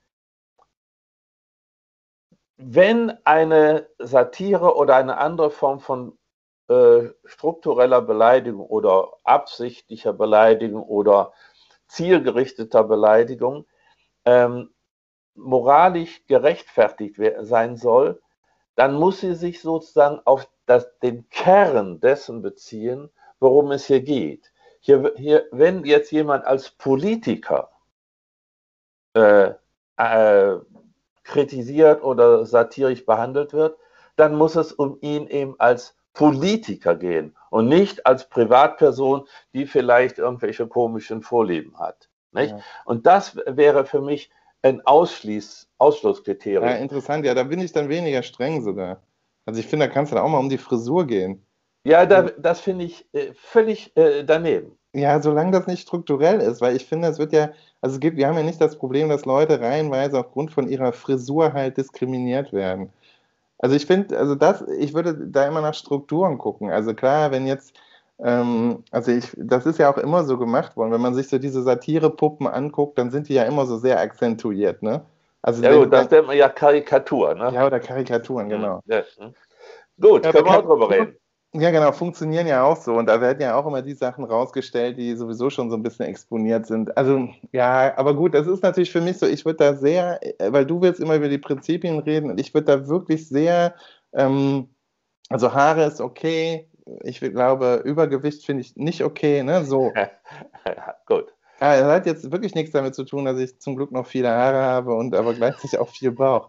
S2: wenn eine Satire oder eine andere Form von äh, struktureller Beleidigung oder absichtlicher Beleidigung oder zielgerichteter Beleidigung ähm, moralisch gerechtfertigt sein soll, dann muss sie sich sozusagen auf das, den Kern dessen beziehen, worum es hier geht. Hier, hier, wenn jetzt jemand als Politiker äh, äh, kritisiert oder satirisch behandelt wird, dann muss es um ihn eben als Politiker gehen und nicht als Privatperson, die vielleicht irgendwelche komischen Vorlieben hat. Nicht?
S1: Ja.
S2: Und das wäre für mich ein Ausschließ,
S1: Ja,
S2: Ausschlusskriterium.
S1: interessant. Ja, da bin ich dann weniger streng sogar. Also ich finde, da kann es dann auch mal um die Frisur gehen.
S2: Ja, da, das finde ich äh, völlig äh, daneben.
S1: Ja, solange das nicht strukturell ist, weil ich finde, es wird ja, also es gibt, wir haben ja nicht das Problem, dass Leute reihenweise aufgrund von ihrer Frisur halt diskriminiert werden. Also ich finde, also das, ich würde da immer nach Strukturen gucken. Also klar, wenn jetzt, ähm, also ich, das ist ja auch immer so gemacht worden, wenn man sich so diese Satirepuppen anguckt, dann sind die ja immer so sehr akzentuiert, ne? Also
S2: Ja
S1: wenn,
S2: gut, das
S1: wenn,
S2: nennt man ja Karikatur, ne?
S1: ja, oder Karikaturen,
S2: Hm,
S1: genau.
S2: ja, hm. Gut,
S1: Ja, aber
S2: können wir auch drüber
S1: Karikaturen,
S2: reden.
S1: ja genau, funktionieren ja auch so. Und da werden ja auch immer die Sachen rausgestellt, die sowieso schon so ein bisschen exponiert sind. Also ja, aber gut, das ist natürlich für mich so, ich würde da sehr, äh, weil du willst immer über die Prinzipien reden und ich würde da wirklich sehr, ähm, also Haare ist okay, ich glaube, Übergewicht finde ich nicht okay, ne, so.
S2: Gut.
S1: Ja, es hat jetzt wirklich nichts damit zu tun, dass ich zum Glück noch viele Haare habe und aber gleichzeitig auch viel Bauch.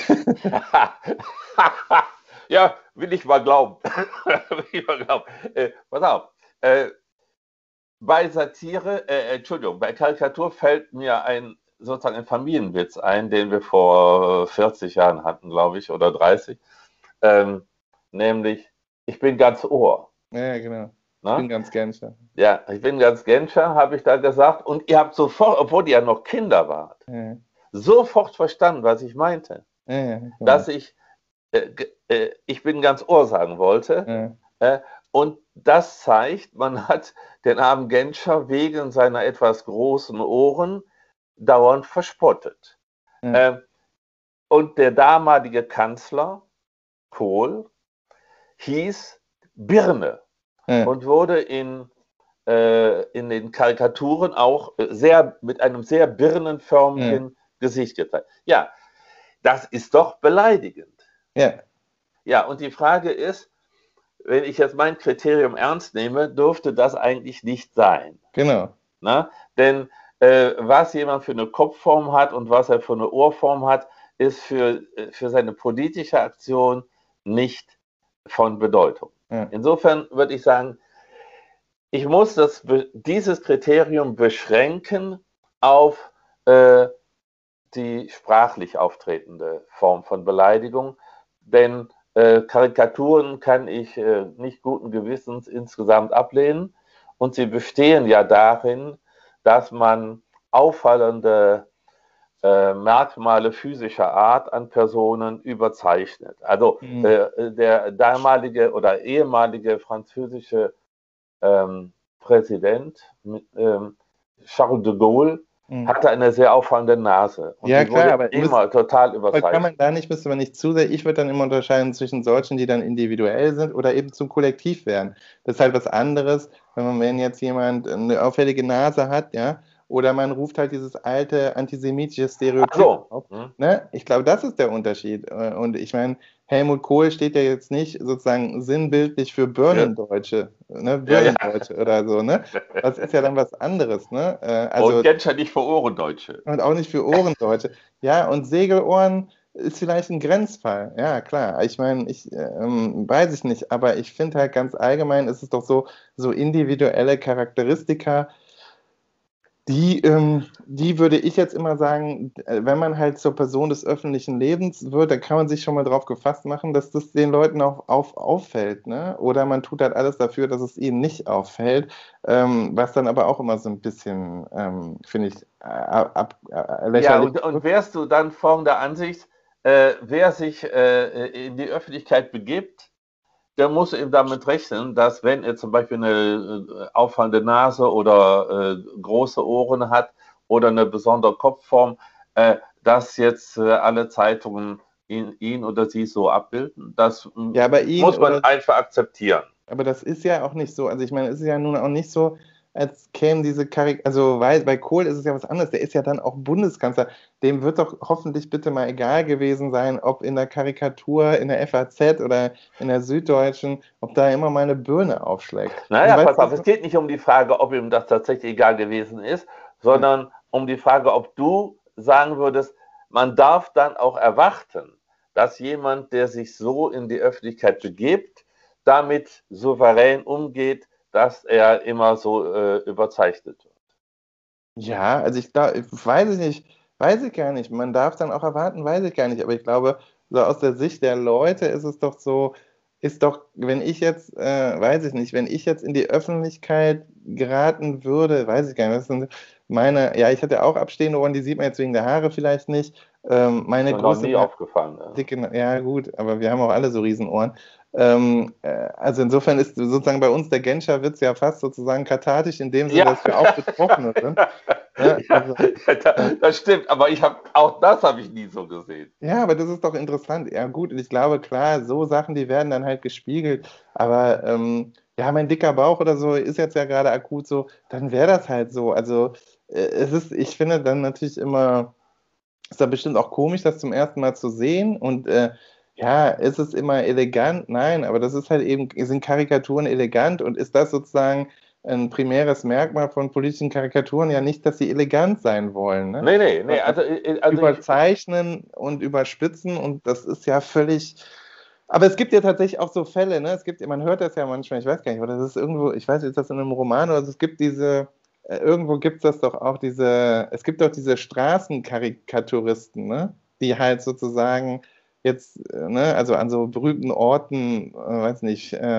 S2: Ja, will ich mal glauben. will ich mal glauben. Äh, pass auf. Äh, bei Satire, äh, Entschuldigung, bei Karikatur fällt mir ein sozusagen ein Familienwitz ein, den wir vor vierzig Jahren hatten, glaube ich, oder dreißig. Ähm, nämlich, ich bin ganz Ohr.
S1: Ja, genau. Ich bin
S2: Ne?
S1: ganz Genscher.
S2: Ja, ich bin ganz Genscher, habe ich da gesagt. Und ihr habt sofort, obwohl ihr ja noch Kinder wart,
S1: Ja,
S2: sofort verstanden, was ich meinte.
S1: ja, ja, genau.
S2: Dass ich, äh, äh, ich bin ganz Ohr sagen wollte.
S1: Ja,
S2: Äh, und das zeigt, man hat den armen Genscher wegen seiner etwas großen Ohren dauernd verspottet.
S1: ja,
S2: Äh, und der damalige Kanzler, Kohl, hieß Birne
S1: ja,
S2: und wurde in, äh, in den Karikaturen auch sehr, mit einem sehr
S1: ja,
S2: birnenförmigen Gesicht gezeigt. Ja, das ist doch beleidigend.
S1: ja,
S2: Ja, und die Frage ist, wenn ich jetzt mein Kriterium ernst nehme, dürfte das eigentlich nicht sein.
S1: genau.
S2: Ne? Denn äh, was jemand für eine Kopfform hat und was er für eine Ohrform hat, ist für, für seine politische Aktion nicht von Bedeutung.
S1: Ja,
S2: Insofern würde ich sagen, ich muss das, dieses Kriterium beschränken auf äh, die sprachlich auftretende Form von Beleidigung, denn äh, Karikaturen kann ich äh, nicht guten Gewissens insgesamt ablehnen und sie bestehen ja darin, dass man auffallende äh, Merkmale physischer Art an Personen überzeichnet. Also
S1: mhm.
S2: äh, der damalige oder ehemalige französische ähm, Präsident ähm, Charles de Gaulle
S1: Mhm.
S2: hatte eine sehr auffallende Nase und
S1: Ja,
S2: die
S1: klar,
S2: wurde
S1: aber müsst,
S2: immer total
S1: aber kann man
S2: überzeichnet.
S1: da nicht, müsste man nicht zu sehr, ich würde dann immer unterscheiden zwischen solchen, die dann individuell sind oder eben zum Kollektiv werden. Das ist halt was anderes, wenn man, wenn jetzt jemand eine auffällige Nase hat, ja, oder man ruft halt dieses alte antisemitische Stereotyp
S2: so.
S1: auf.
S2: Hm.
S1: Ne? Ich glaube, das ist der Unterschied. Und ich meine, Helmut Kohl steht ja jetzt nicht sozusagen sinnbildlich für Birnendeutsche, ne? Birnendeutsche
S2: Ja, ja.
S1: oder so, ne? Das ist ja dann was anderes, ne? Also,
S2: und Genscher nicht für Ohrendeutsche.
S1: und auch nicht für Ohrendeutsche. Ja, und Segelohren ist vielleicht ein Grenzfall. Ja, klar. Ich meine, ich ähm, weiß ich nicht, aber ich finde halt ganz allgemein ist es doch so, so individuelle Charakteristika, die, ähm, die würde ich jetzt immer sagen, äh, wenn man halt zur Person des öffentlichen Lebens wird, dann kann man sich schon mal drauf gefasst machen, dass das den Leuten auch auf, auffällt, ne? Oder man tut halt alles dafür, dass es ihnen nicht auffällt, ähm, was dann aber auch immer so ein bisschen, ähm, finde ich, äh, ab, äh,
S2: Ja,
S1: lächerlich
S2: und, und
S1: wird.
S2: wärst du dann folgender Ansicht, äh, wer sich äh, in die Öffentlichkeit begibt, der muss eben damit rechnen, dass wenn er zum Beispiel eine äh, auffallende Nase oder äh, große Ohren hat oder eine besondere Kopfform, äh, dass jetzt äh, alle Zeitungen ihn, ihn oder sie so abbilden. Das mm,
S1: Ja, aber ihn
S2: muss man
S1: oder,
S2: einfach akzeptieren.
S1: aber das ist ja auch nicht so. Also ich meine, es ist ja nun auch nicht so, als kämen diese Karik, also weil bei Kohl ist es ja was anderes, der ist ja dann auch Bundeskanzler. Dem wird doch hoffentlich bitte mal egal gewesen sein, ob in der Karikatur, in der F A Z oder in der Süddeutschen, ob da immer mal eine Birne aufschlägt. Also
S2: Naja,
S1: weißt
S2: pass
S1: du,
S2: auf,
S1: was
S2: es
S1: du-
S2: geht nicht um die Frage, ob ihm das tatsächlich egal gewesen ist,
S1: ja.
S2: sondern um die Frage, ob du sagen würdest, man darf dann auch erwarten, dass jemand, der sich so in die Öffentlichkeit begibt, damit souverän umgeht, dass er immer so äh, überzeichnet wird.
S1: Ja, also ich glaube, weiß ich nicht, weiß ich gar nicht. Man darf dann auch erwarten, weiß ich gar nicht. Aber ich glaube, so aus der Sicht der Leute ist es doch so, ist doch, wenn ich jetzt, äh, weiß ich nicht, wenn ich jetzt in die Öffentlichkeit geraten würde, weiß ich gar nicht, was sind meine, ja, ich hatte auch abstehende Ohren, die sieht man jetzt wegen der Haare vielleicht nicht. Ähm,
S2: Ist
S1: meine
S2: mir noch
S1: große,
S2: nie aufgefallen. Ja.
S1: dicke, ja gut, aber wir haben auch alle so Riesenohren. Ähm, äh, also insofern ist sozusagen bei uns der Genscher-Witz ja fast sozusagen kathartisch in dem Sinne,
S2: Ja.
S1: dass wir auch Betroffene sind. Ne?
S2: Ja,
S1: Also, äh,
S2: das stimmt, aber ich habe auch das habe ich nie so gesehen.
S1: ja, aber das ist doch interessant. Ja, gut, und ich glaube, klar, so Sachen, die werden dann halt gespiegelt. Aber ähm, ja, mein dicker Bauch oder so ist jetzt ja gerade akut so, dann wäre das halt so. Also, äh, es ist, ich finde dann natürlich immer, ist da bestimmt auch komisch, das zum ersten Mal zu sehen. Und äh, ja, ist es immer elegant? Nein, aber das ist halt eben, sind Karikaturen elegant und ist das sozusagen ein primäres Merkmal von politischen Karikaturen? Ja, nicht, dass sie elegant sein wollen, ne?
S2: Nee, nee, nee,
S1: Sondern
S2: also, äh, also ich,
S1: überzeichnen und überspitzen und das ist ja völlig. Aber es gibt ja tatsächlich auch so Fälle, ne? Es gibt, man hört das ja manchmal, ich weiß gar nicht, oder das ist irgendwo, ich weiß nicht, ist das in einem Roman oder so, es gibt diese, äh, irgendwo gibt es das doch auch, diese, es gibt doch diese Straßenkarikaturisten, ne? Die halt sozusagen jetzt, äh, ne, also an so berühmten Orten, äh, weiß nicht, äh,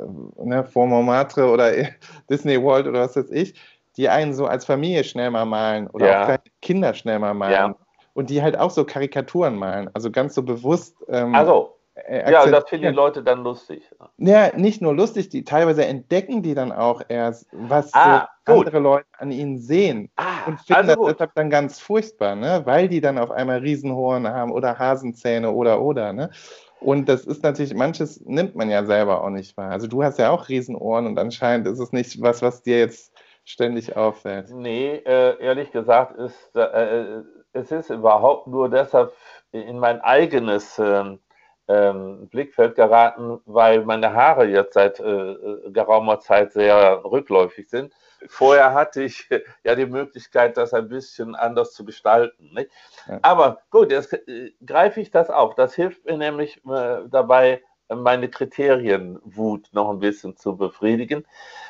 S1: ne, Fort Montmartre oder Disney World oder was weiß ich, die einen so als Familie schnell mal malen oder auch
S2: ja,
S1: kleine Kinder schnell mal malen
S2: ja.
S1: und die halt auch so Karikaturen malen, also ganz so bewusst ähm,
S2: Also,
S1: äh,
S2: ja, und das finden die
S1: akzentuieren.
S2: Leute dann lustig.
S1: Ja, nicht nur lustig, die teilweise entdecken die dann auch erst, was so
S2: Ah, gut.
S1: andere Leute an ihnen sehen und
S2: Ah,
S1: finden
S2: also
S1: das
S2: gut.
S1: deshalb dann ganz furchtbar, ne? Weil die dann auf einmal Riesenhoden haben oder Hasenzähne oder oder, ne? Und das ist natürlich, manches nimmt man ja selber auch nicht wahr. Also du hast ja auch Riesenohren und anscheinend ist es nicht was, was dir jetzt ständig auffällt.
S2: Nee, äh, ehrlich gesagt ist, äh, es ist überhaupt nur deshalb in mein eigenes ähm, ähm, Blickfeld geraten, weil meine Haare jetzt seit äh, geraumer Zeit sehr rückläufig sind. Vorher hatte ich äh, ja die Möglichkeit, das ein bisschen anders zu gestalten. Nicht?
S1: Ja.
S2: Aber gut, jetzt äh, greife ich das auf. Das hilft mir nämlich äh, dabei, meine Kriterienwut noch ein bisschen zu befriedigen.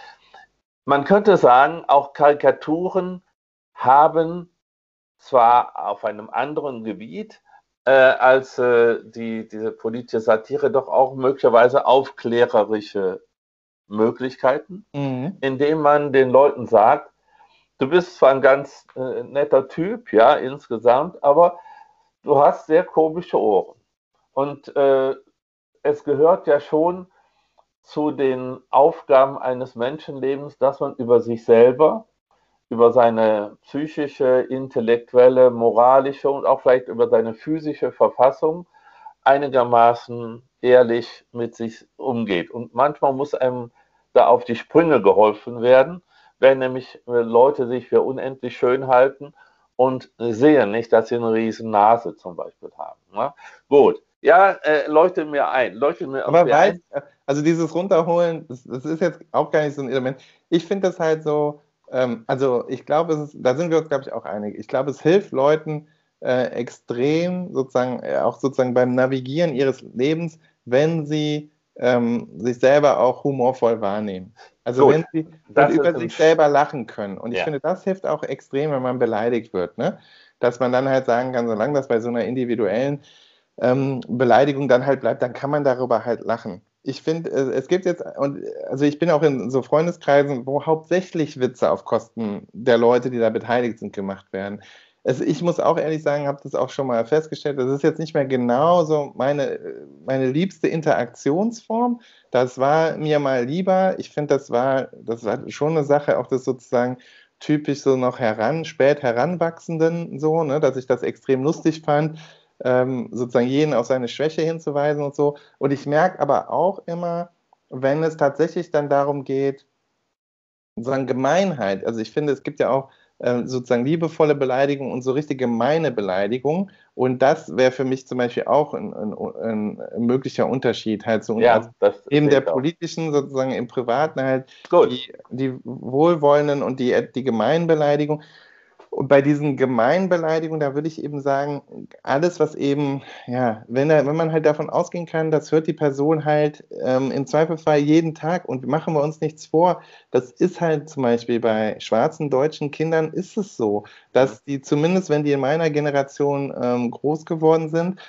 S2: Man könnte sagen, auch Karikaturen haben zwar auf einem anderen Gebiet äh, als äh, die, diese politische Satire doch auch möglicherweise aufklärerische Möglichkeiten,
S1: Mhm.
S2: indem man den Leuten sagt, du bist zwar ein ganz äh, netter Typ, ja, insgesamt, aber du hast sehr komische Ohren. Und äh, es gehört ja schon zu den Aufgaben eines Menschenlebens, dass man über sich selber, über seine psychische, intellektuelle, moralische und auch vielleicht über seine physische Verfassung einigermaßen ehrlich mit sich umgeht. Und manchmal muss einem da auf die Sprünge geholfen werden, wenn nämlich Leute sich für unendlich schön halten und sehen nicht, dass sie eine riesen Nase zum Beispiel haben. Ne? Gut, ja, äh, leuchte mir ein. Leuchte mir
S1: Aber weiß,
S2: ein.
S1: also dieses Runterholen, das, das ist jetzt auch gar nicht so ein Element. Ich finde das halt so, ähm, also ich glaube, es ist, da sind wir uns, glaube ich, auch einig. Ich glaube, es hilft Leuten äh, extrem, sozusagen, äh, auch sozusagen beim Navigieren ihres Lebens, wenn sie ähm, sich selber auch humorvoll wahrnehmen. Also
S2: Gut,
S1: wenn sie und
S2: das
S1: über
S2: ist ein,
S1: sich selber lachen können. Und ich
S2: ja.
S1: finde, das hilft auch extrem, wenn man beleidigt wird, ne? Dass man dann halt sagen kann, solange das bei so einer individuellen ähm, Beleidigung dann halt bleibt, dann kann man darüber halt lachen. Ich finde, äh, es gibt jetzt, und also ich bin auch in so Freundeskreisen, wo hauptsächlich Witze auf Kosten der Leute, die da beteiligt sind, gemacht werden. Also ich muss auch ehrlich sagen, habe das auch schon mal festgestellt, das ist jetzt nicht mehr genau so meine, meine liebste Interaktionsform. Das war mir mal lieber. Ich finde, das war, das war schon eine Sache, auch das sozusagen typisch so noch heran, spät Heranwachsenden so, ne, dass ich das extrem lustig fand, ähm, sozusagen jeden auf seine Schwäche hinzuweisen und so. Und ich merke aber auch immer, wenn es tatsächlich dann darum geht, sozusagen Gemeinheit, also ich finde, es gibt ja auch äh, sozusagen liebevolle Beleidigung und so richtig gemeine Beleidigung. Und das wäre für mich zum Beispiel auch ein, ein, ein möglicher Unterschied, halt so also
S2: Ja, das
S1: neben
S2: sehe
S1: der
S2: ich auch.
S1: politischen, sozusagen im Privaten halt
S2: Gut.
S1: die, die wohlwollenden und die, die gemeinen Beleidigungen. Und bei diesen gemeinen Beleidigungen, da würde ich eben sagen, alles, was eben, ja, wenn, er, wenn man halt davon ausgehen kann, das hört die Person halt ähm, im Zweifelsfall jeden Tag und machen wir uns nichts vor, das ist halt zum Beispiel bei schwarzen deutschen Kindern ist es so, dass die zumindest, wenn die in meiner Generation ähm, groß geworden sind,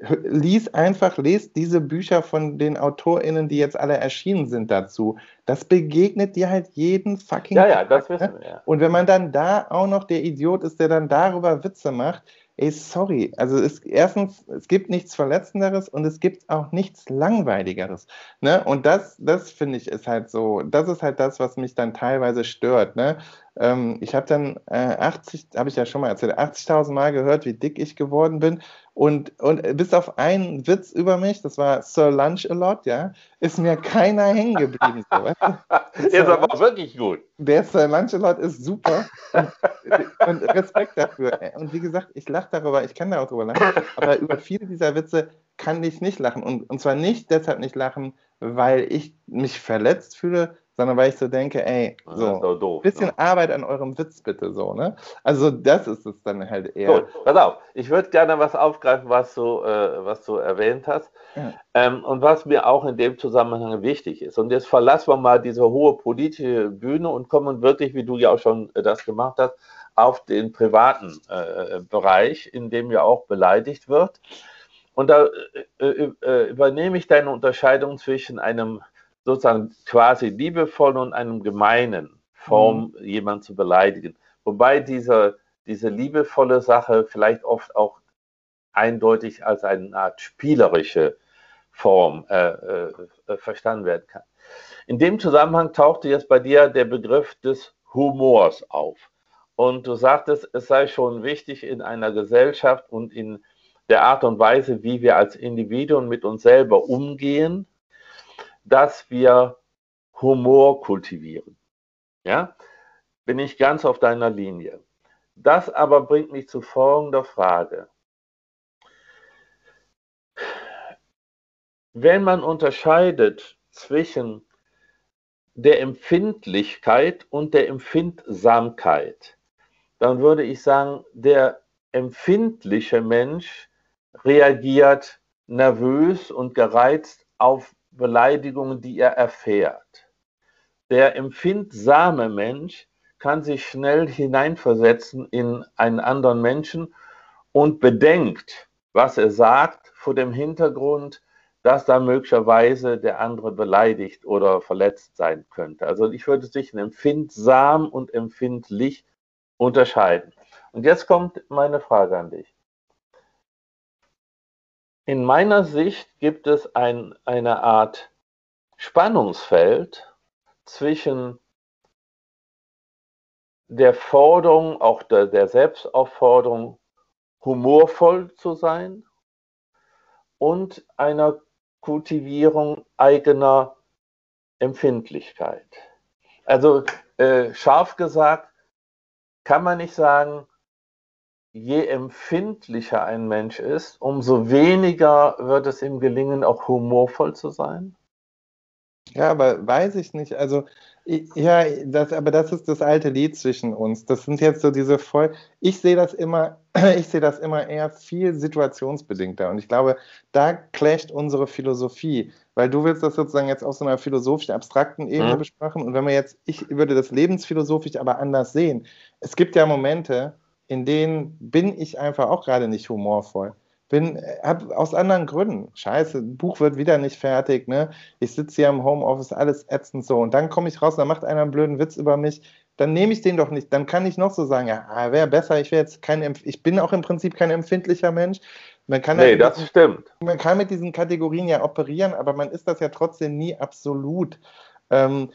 S1: lies einfach, lest diese Bücher von den AutorInnen, die jetzt alle erschienen sind dazu. Das begegnet dir halt jeden fucking
S2: Ja, ja, das
S1: Tag.
S2: wissen
S1: Ne?
S2: wir. Ja.
S1: Und wenn man dann da auch noch der Idiot ist, der dann darüber Witze macht, ey, sorry. Also es, erstens, es gibt nichts Verletzenderes und es gibt auch nichts Langweiligeres. Ne? Und das, das finde ich ist halt so, das ist halt das, was mich dann teilweise stört. Ne? Ähm, ich habe dann äh, achtzig, habe ich ja schon mal erzählt, achtzigtausend Mal gehört, wie dick ich geworden bin. Und, und bis auf einen Witz über mich, das war Sir Lunch-a-Lot, ja, ist mir keiner hängen geblieben. So, weißt du?
S2: Ist
S1: Sir
S2: aber
S1: Lunch,
S2: wirklich gut.
S1: der Sir Lunch-a-Lot ist super und, und Respekt dafür. Und wie gesagt, ich lache darüber, ich kann da auch drüber lachen, aber über viele dieser Witze kann ich nicht lachen. Und, und zwar nicht deshalb nicht lachen, weil ich mich verletzt fühle, sondern weil ich so denke, ey,
S2: Das ist
S1: so,
S2: doch doof.
S1: bisschen
S2: Ne?
S1: Arbeit an eurem Witz bitte so, ne? Also das ist es dann halt eher.
S2: Gut, pass auf. Ich würde gerne was aufgreifen, was du, äh, was du erwähnt hast.
S1: Ja.
S2: Ähm, und was mir auch in dem Zusammenhang wichtig ist. Und jetzt verlassen wir mal diese hohe politische Bühne und kommen wirklich, wie du ja auch schon äh, das gemacht hast, auf den privaten äh, Bereich, in dem ja auch beleidigt wird. Und da äh, äh, übernehme ich deine Unterscheidung zwischen einem sozusagen quasi liebevollen und einem gemeinen
S1: Mhm.
S2: Form, jemanden zu beleidigen. Wobei diese, diese liebevolle Sache vielleicht oft auch eindeutig als eine Art spielerische Form äh, äh, verstanden werden kann. In dem Zusammenhang tauchte jetzt bei dir der Begriff des Humors auf. Und du sagtest, es sei schon wichtig in einer Gesellschaft und in der Art und Weise, wie wir als Individuen mit uns selber umgehen, dass wir Humor kultivieren. Ja? Bin ich ganz auf deiner Linie. Das aber bringt mich zu folgender Frage. Wenn man unterscheidet zwischen der Empfindlichkeit und der Empfindsamkeit, dann würde ich sagen, der empfindliche Mensch reagiert nervös und gereizt auf Beleidigungen, die er erfährt. Der empfindsame Mensch kann sich schnell hineinversetzen in einen anderen Menschen und bedenkt, was er sagt, vor dem Hintergrund, dass da möglicherweise der andere beleidigt oder verletzt sein könnte. Also ich würde zwischen empfindsam und empfindlich unterscheiden. Und jetzt kommt meine Frage an dich. In meiner Sicht gibt es ein, eine Art Spannungsfeld zwischen der Forderung, auch der, der Selbstaufforderung, humorvoll zu sein und einer Kultivierung eigener Empfindlichkeit. Also äh, scharf gesagt, kann man nicht sagen, je empfindlicher ein Mensch ist, umso weniger wird es ihm gelingen, auch humorvoll zu sein?
S1: Ja, aber weiß ich nicht. Also, i- ja, das, aber das ist das alte Lied zwischen uns. Das sind jetzt so diese voll. Ich sehe das immer, ich sehe das immer eher viel situationsbedingter. Und ich glaube, da clasht unsere Philosophie. Weil du willst das sozusagen jetzt auf so einer philosophischen, abstrakten Ebene
S2: Hm?
S1: besprechen. Und wenn wir jetzt, ich würde das lebensphilosophisch aber anders sehen. Es gibt ja Momente, in denen bin ich einfach auch gerade nicht humorvoll. Bin, hab, aus anderen Gründen. Scheiße, ein Buch wird wieder nicht fertig, ne? Ich sitze hier im Homeoffice, alles ätzend so. Und dann komme ich raus, dann macht einer einen blöden Witz über mich. Dann nehme ich den doch nicht. Dann kann ich noch so sagen, ja, wäre besser, ich wäre jetzt kein, Empf- ich bin auch im Prinzip kein empfindlicher Mensch. Man kann halt
S2: Nee,
S1: mit
S2: das
S1: diesen,
S2: stimmt.
S1: man kann mit diesen Kategorien ja operieren, aber man ist das ja trotzdem nie absolut. Ähm,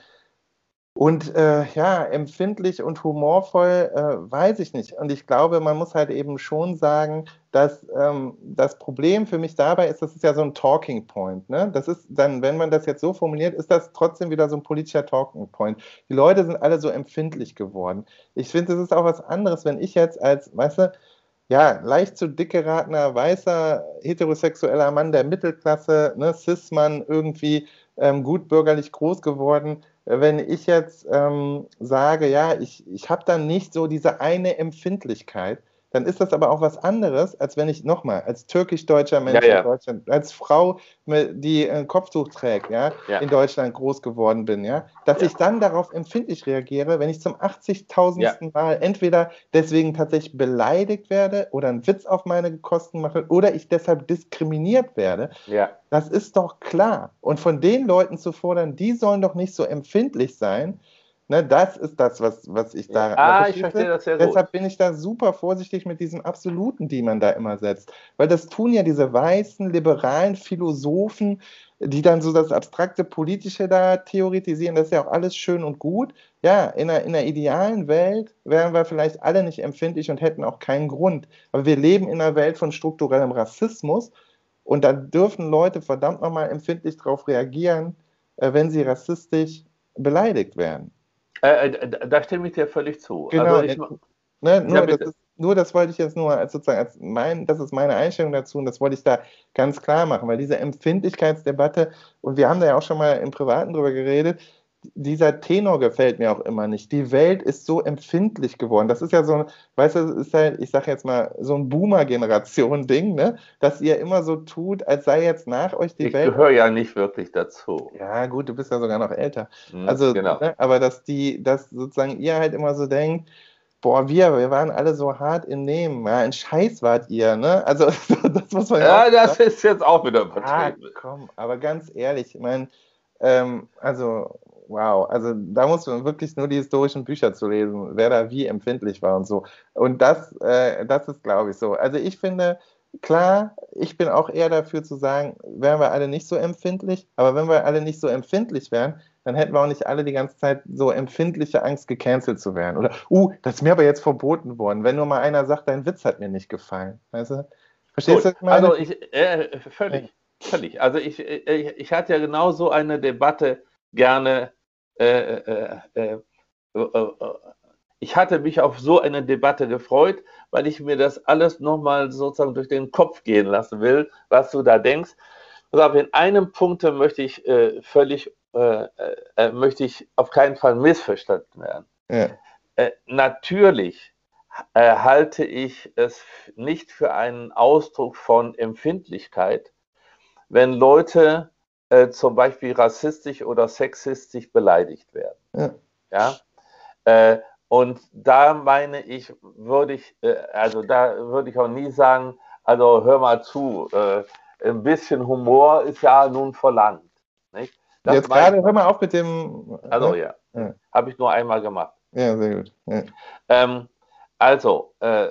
S1: und äh, ja, empfindlich und humorvoll, äh, weiß ich nicht. Und ich glaube, man muss halt eben schon sagen, dass ähm, das Problem für mich dabei ist, das ist ja so ein Talking Point. Ne? Das ist dann, wenn man das jetzt so formuliert, ist das trotzdem wieder so ein politischer Talking Point. Die Leute sind alle so empfindlich geworden. Ich finde, es ist auch was anderes, wenn ich jetzt als, weißt du, ja, leicht zu dick geratener, weißer, heterosexueller Mann der Mittelklasse, ne, Cis-Mann, irgendwie ähm, gut bürgerlich groß geworden, äh, wenn ich jetzt ähm, sage, ja, ich, ich habe dann nicht so diese eine Empfindlichkeit, dann ist das aber auch was anderes, als wenn ich nochmal als türkisch-deutscher
S2: Ja,
S1: Mensch in
S2: ja,
S1: Deutschland, als Frau, mit- die ein Kopftuch trägt, ja,
S2: ja,
S1: in Deutschland groß geworden bin, ja, dass
S2: ja,
S1: ich dann darauf empfindlich reagiere, wenn ich zum
S2: ja,
S1: achtzigtausendsten Mal entweder deswegen tatsächlich beleidigt werde oder einen Witz auf meine Kosten mache oder ich deshalb diskriminiert werde.
S2: ja.
S1: Das ist doch klar. Und von den Leuten zu fordern, die sollen doch nicht so empfindlich sein, ne, das ist das, was, was ich
S2: Ja.
S1: da, aber
S2: Ah, ich
S1: verstehst
S2: verstehe
S1: du?
S2: das sehr gut.
S1: Deshalb bin ich da super vorsichtig mit diesen Absoluten, die man da immer setzt. Weil das tun ja diese weißen, liberalen Philosophen, die dann so das abstrakte Politische da theoretisieren. Das ist ja auch alles schön und gut. Ja, in einer, in einer idealen Welt wären wir vielleicht alle nicht empfindlich und hätten auch keinen Grund. Aber wir leben in einer Welt von strukturellem Rassismus und da dürfen Leute verdammt nochmal empfindlich darauf reagieren, äh, wenn sie rassistisch beleidigt werden.
S2: Äh, äh, da stimme ich dir völlig zu. Also
S1: Genau,
S2: ich,
S1: ne, ne,
S2: ja
S1: nur, das
S2: bitte.
S1: ist, nur das wollte ich jetzt nur als sozusagen als mein, das ist meine Einstellung dazu und das wollte ich da ganz klar machen, weil diese Empfindlichkeitsdebatte, und wir haben da ja auch schon mal im Privaten drüber geredet, dieser Tenor gefällt mir auch immer nicht. Die Welt ist so empfindlich geworden. Das ist ja so ein, weißt du, es ist halt, ich sage jetzt mal, so ein Boomer-Generation-Ding, ne? Dass ihr immer so tut, als sei jetzt nach euch die
S2: Ich
S1: Welt.
S2: gehöre ja nicht wirklich dazu.
S1: Ja, gut, du bist ja sogar noch älter.
S2: Hm,
S1: Also,
S2: genau.
S1: ne, aber dass die, dass sozusagen ihr halt immer so denkt, boah, wir, wir waren alle so hart im Nehmen. Ja, ein Scheiß wart ihr, ne? Also, das muss man ja auch
S2: Ja, das
S1: sagen.
S2: ist jetzt auch wieder
S1: Ah,
S2: übertrieben.
S1: komm, aber ganz ehrlich, ich meine, ähm, also, wow, also da muss man wirklich nur die historischen Bücher zu lesen, wer da wie empfindlich war und so. Und das, äh, das ist, glaube ich, so. Also ich finde, klar, ich bin auch eher dafür zu sagen, wären wir alle nicht so empfindlich, aber wenn wir alle nicht so empfindlich wären, dann hätten wir auch nicht alle die ganze Zeit so empfindliche Angst, gecancelt zu werden. Oder, uh, das ist mir aber jetzt verboten worden, wenn nur mal einer sagt, dein Witz hat mir nicht gefallen. Weißt du? Verstehst
S2: Gut,
S1: du, was ich meine?
S2: also ich, äh,
S1: Ja.
S2: völlig, völlig. Also ich, ich, ich hatte ja genau so eine Debatte gerne. Äh, äh, äh, äh, äh, ich hatte mich auf so eine Debatte gefreut, weil ich mir das alles nochmal sozusagen durch den Kopf gehen lassen will, was du da denkst. Also in einem Punkt möchte ich äh, völlig, äh, äh, möchte ich auf keinen Fall missverstanden werden.
S1: Ja.
S2: Äh, natürlich äh, halte ich es nicht für einen Ausdruck von Empfindlichkeit, wenn Leute äh, zum Beispiel rassistisch oder sexistisch beleidigt werden.
S1: Ja.
S2: Ja? Äh, und da meine ich, würde ich, äh, also da würde ich auch nie sagen, also hör mal zu, äh, ein bisschen Humor ist ja nun verlangt. Nicht? Das
S1: Jetzt
S2: meine ich
S1: gerade, hör
S2: mal.
S1: mal auf mit dem.
S2: Also
S1: Ne?
S2: ja,
S1: Ja,
S2: habe ich nur einmal gemacht.
S1: ja, sehr gut. Ja.
S2: Ähm, also, äh,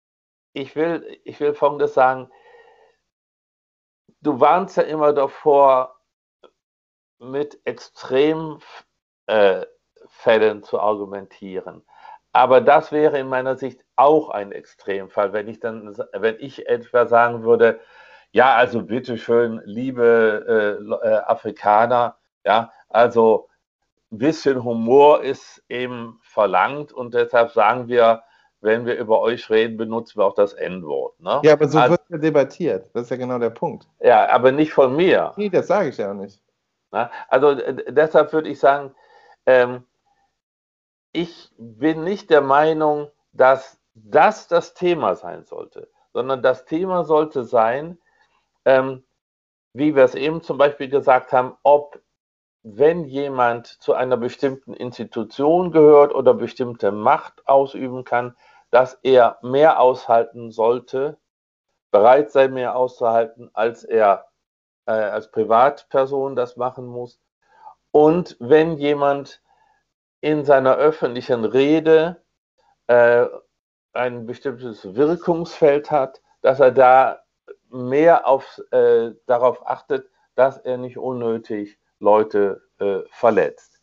S2: ich will, ich will Folgendes sagen. Du warnst ja immer davor, mit Extremfällen äh, zu argumentieren. Aber das wäre in meiner Sicht auch ein Extremfall, wenn ich dann, wenn ich etwa sagen würde, ja, also bitteschön, liebe äh, äh, Afrikaner, ja, also ein bisschen Humor ist eben verlangt und deshalb sagen wir, wenn wir über euch reden, benutzen wir auch das En-Wort. Ne?
S1: Ja, aber so
S2: also,
S1: wird ja debattiert. Das ist ja genau der Punkt.
S2: Ja, aber nicht von mir.
S1: Nee, das sage ich ja auch nicht.
S2: Ne? Also äh, deshalb würde ich sagen, ähm, ich bin nicht der Meinung, dass das das Thema sein sollte, sondern das Thema sollte sein, ähm, wie wir es eben zum Beispiel gesagt haben, ob, wenn jemand zu einer bestimmten Institution gehört oder bestimmte Macht ausüben kann, dass er mehr aushalten sollte, bereit sei, mehr auszuhalten, als er äh, als Privatperson das machen muss. Und wenn jemand in seiner öffentlichen Rede äh, ein bestimmtes Wirkungsfeld hat, dass er da mehr auf, äh, darauf achtet, dass er nicht unnötig Leute äh, verletzt.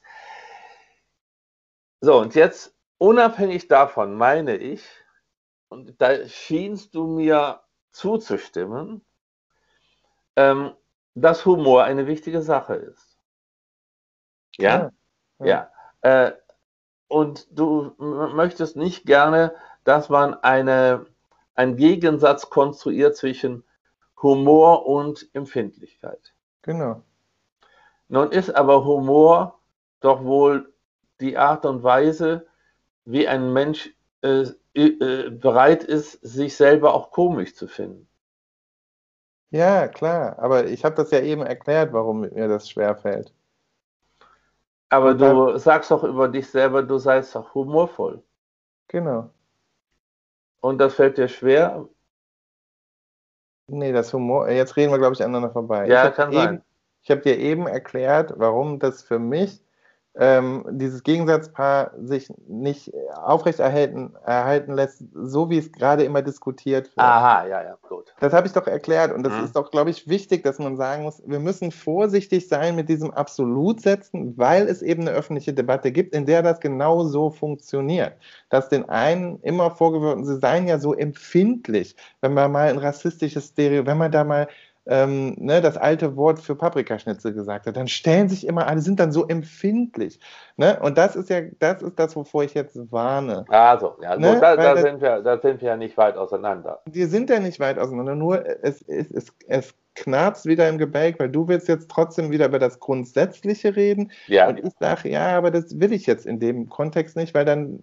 S2: So, und jetzt unabhängig davon meine ich, und da schienst du mir zuzustimmen, ähm, dass Humor eine wichtige Sache ist. Ja?
S1: Ja.
S2: Ja. ja. Äh, und du möchtest nicht gerne, dass man eine, einen Gegensatz konstruiert zwischen Humor und Empfindlichkeit.
S1: Genau.
S2: Nun ist aber Humor doch wohl die Art und Weise, wie ein Mensch äh, äh, bereit ist, sich selber auch komisch zu finden.
S1: Ja, klar. Aber ich habe das ja eben erklärt, warum mir das schwerfällt.
S2: Aber
S1: Und da,
S2: du sagst doch über dich selber, du seist doch humorvoll.
S1: genau.
S2: Und das fällt dir schwer?
S1: Nee, das Humor, jetzt reden wir, glaube ich, aneinander vorbei. Ich
S2: Ja,
S1: habe
S2: kann
S1: eben,
S2: sein.
S1: ich habe dir eben erklärt, warum das für mich ähm, dieses Gegensatzpaar sich nicht aufrechterhalten erhalten lässt, so wie es gerade immer diskutiert wird.
S2: Aha, ja, ja, gut.
S1: Das habe ich doch erklärt und das
S2: Hm.
S1: ist doch, glaube ich, wichtig, dass man sagen muss, wir müssen vorsichtig sein mit diesem Absolutsetzen, weil es eben eine öffentliche Debatte gibt, in der das genau so funktioniert. Dass den einen immer vorgewirkt wird, sie seien ja so empfindlich, wenn man mal ein rassistisches Stereo, wenn man da mal ähm, ne, das alte Wort für Paprikaschnitzel gesagt hat, dann stellen sich immer alle, sind dann so empfindlich. Ne? Und das ist ja, das ist das, wovor ich jetzt warne.
S2: Also, ja,
S1: Ne?
S2: gut, da,
S1: Weil
S2: da,
S1: das,
S2: sind wir, da sind wir ja nicht weit auseinander.
S1: wir sind ja nicht weit auseinander, nur es, es, es, es knarzt wieder im Gebälk, weil du willst jetzt trotzdem wieder über das Grundsätzliche reden.
S2: Ja.
S1: Und ich sage, ja, aber das will ich jetzt in dem Kontext nicht, weil dann,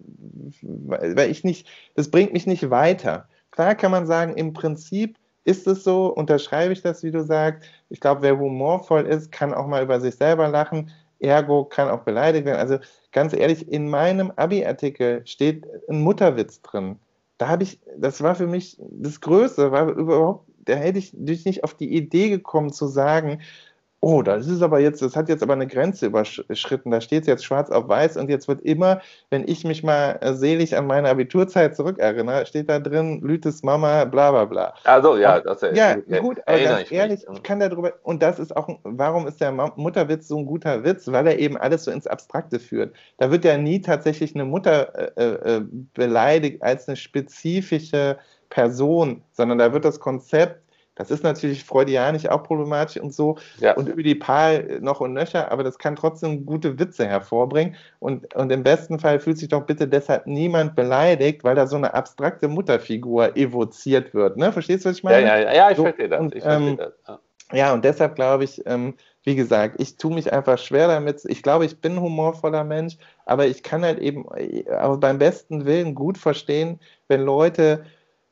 S1: weil ich nicht, das bringt mich nicht weiter. Klar kann man sagen, im Prinzip ist es so, unterschreibe ich das, wie du sagst. Ich glaube, wer humorvoll ist, kann auch mal über sich selber lachen. Ergo kann auch beleidigt werden. Also ganz ehrlich, in meinem Abi-Artikel steht ein Mutterwitz drin. Da habe ich, das war für mich das Größte, war überhaupt, da hätte ich nicht auf die Idee gekommen zu sagen, oh, das ist aber jetzt, das hat jetzt aber eine Grenze überschritten, da steht es jetzt schwarz auf weiß und jetzt wird immer, wenn ich mich mal äh, selig an meine Abiturzeit zurückerinnere, steht da drin, Lütes Mama, bla bla bla.
S2: Also, ja,
S1: Aber,
S2: das ist
S1: ja,
S2: okay.
S1: gut, aber
S2: Erinnere
S1: ganz
S2: ich
S1: ehrlich,
S2: mich.
S1: ich kann darüber, und das ist auch, warum ist der Mutterwitz so ein guter Witz? Weil er eben alles so ins Abstrakte führt. Da wird ja nie tatsächlich eine Mutter äh, äh, beleidigt als eine spezifische Person, sondern da wird das Konzept, das ist natürlich freudianisch auch problematisch und so,
S2: Ja.
S1: und Ödipal noch und nöcher, aber das kann trotzdem gute Witze hervorbringen. Und, und im besten Fall fühlt sich doch bitte deshalb niemand beleidigt, weil da so eine abstrakte Mutterfigur evoziert wird. Ne? Verstehst du, was ich meine?
S2: Ja, ja, ja, ja ich
S1: so,
S2: verstehe das.
S1: Und,
S2: Ich verstehe
S1: ähm,
S2: das. Ja.
S1: ja, und deshalb glaube ich, ähm, wie gesagt, ich tue mich einfach schwer damit. Ich glaube, ich bin ein humorvoller Mensch, aber ich kann halt eben äh, beim besten Willen gut verstehen, wenn Leute,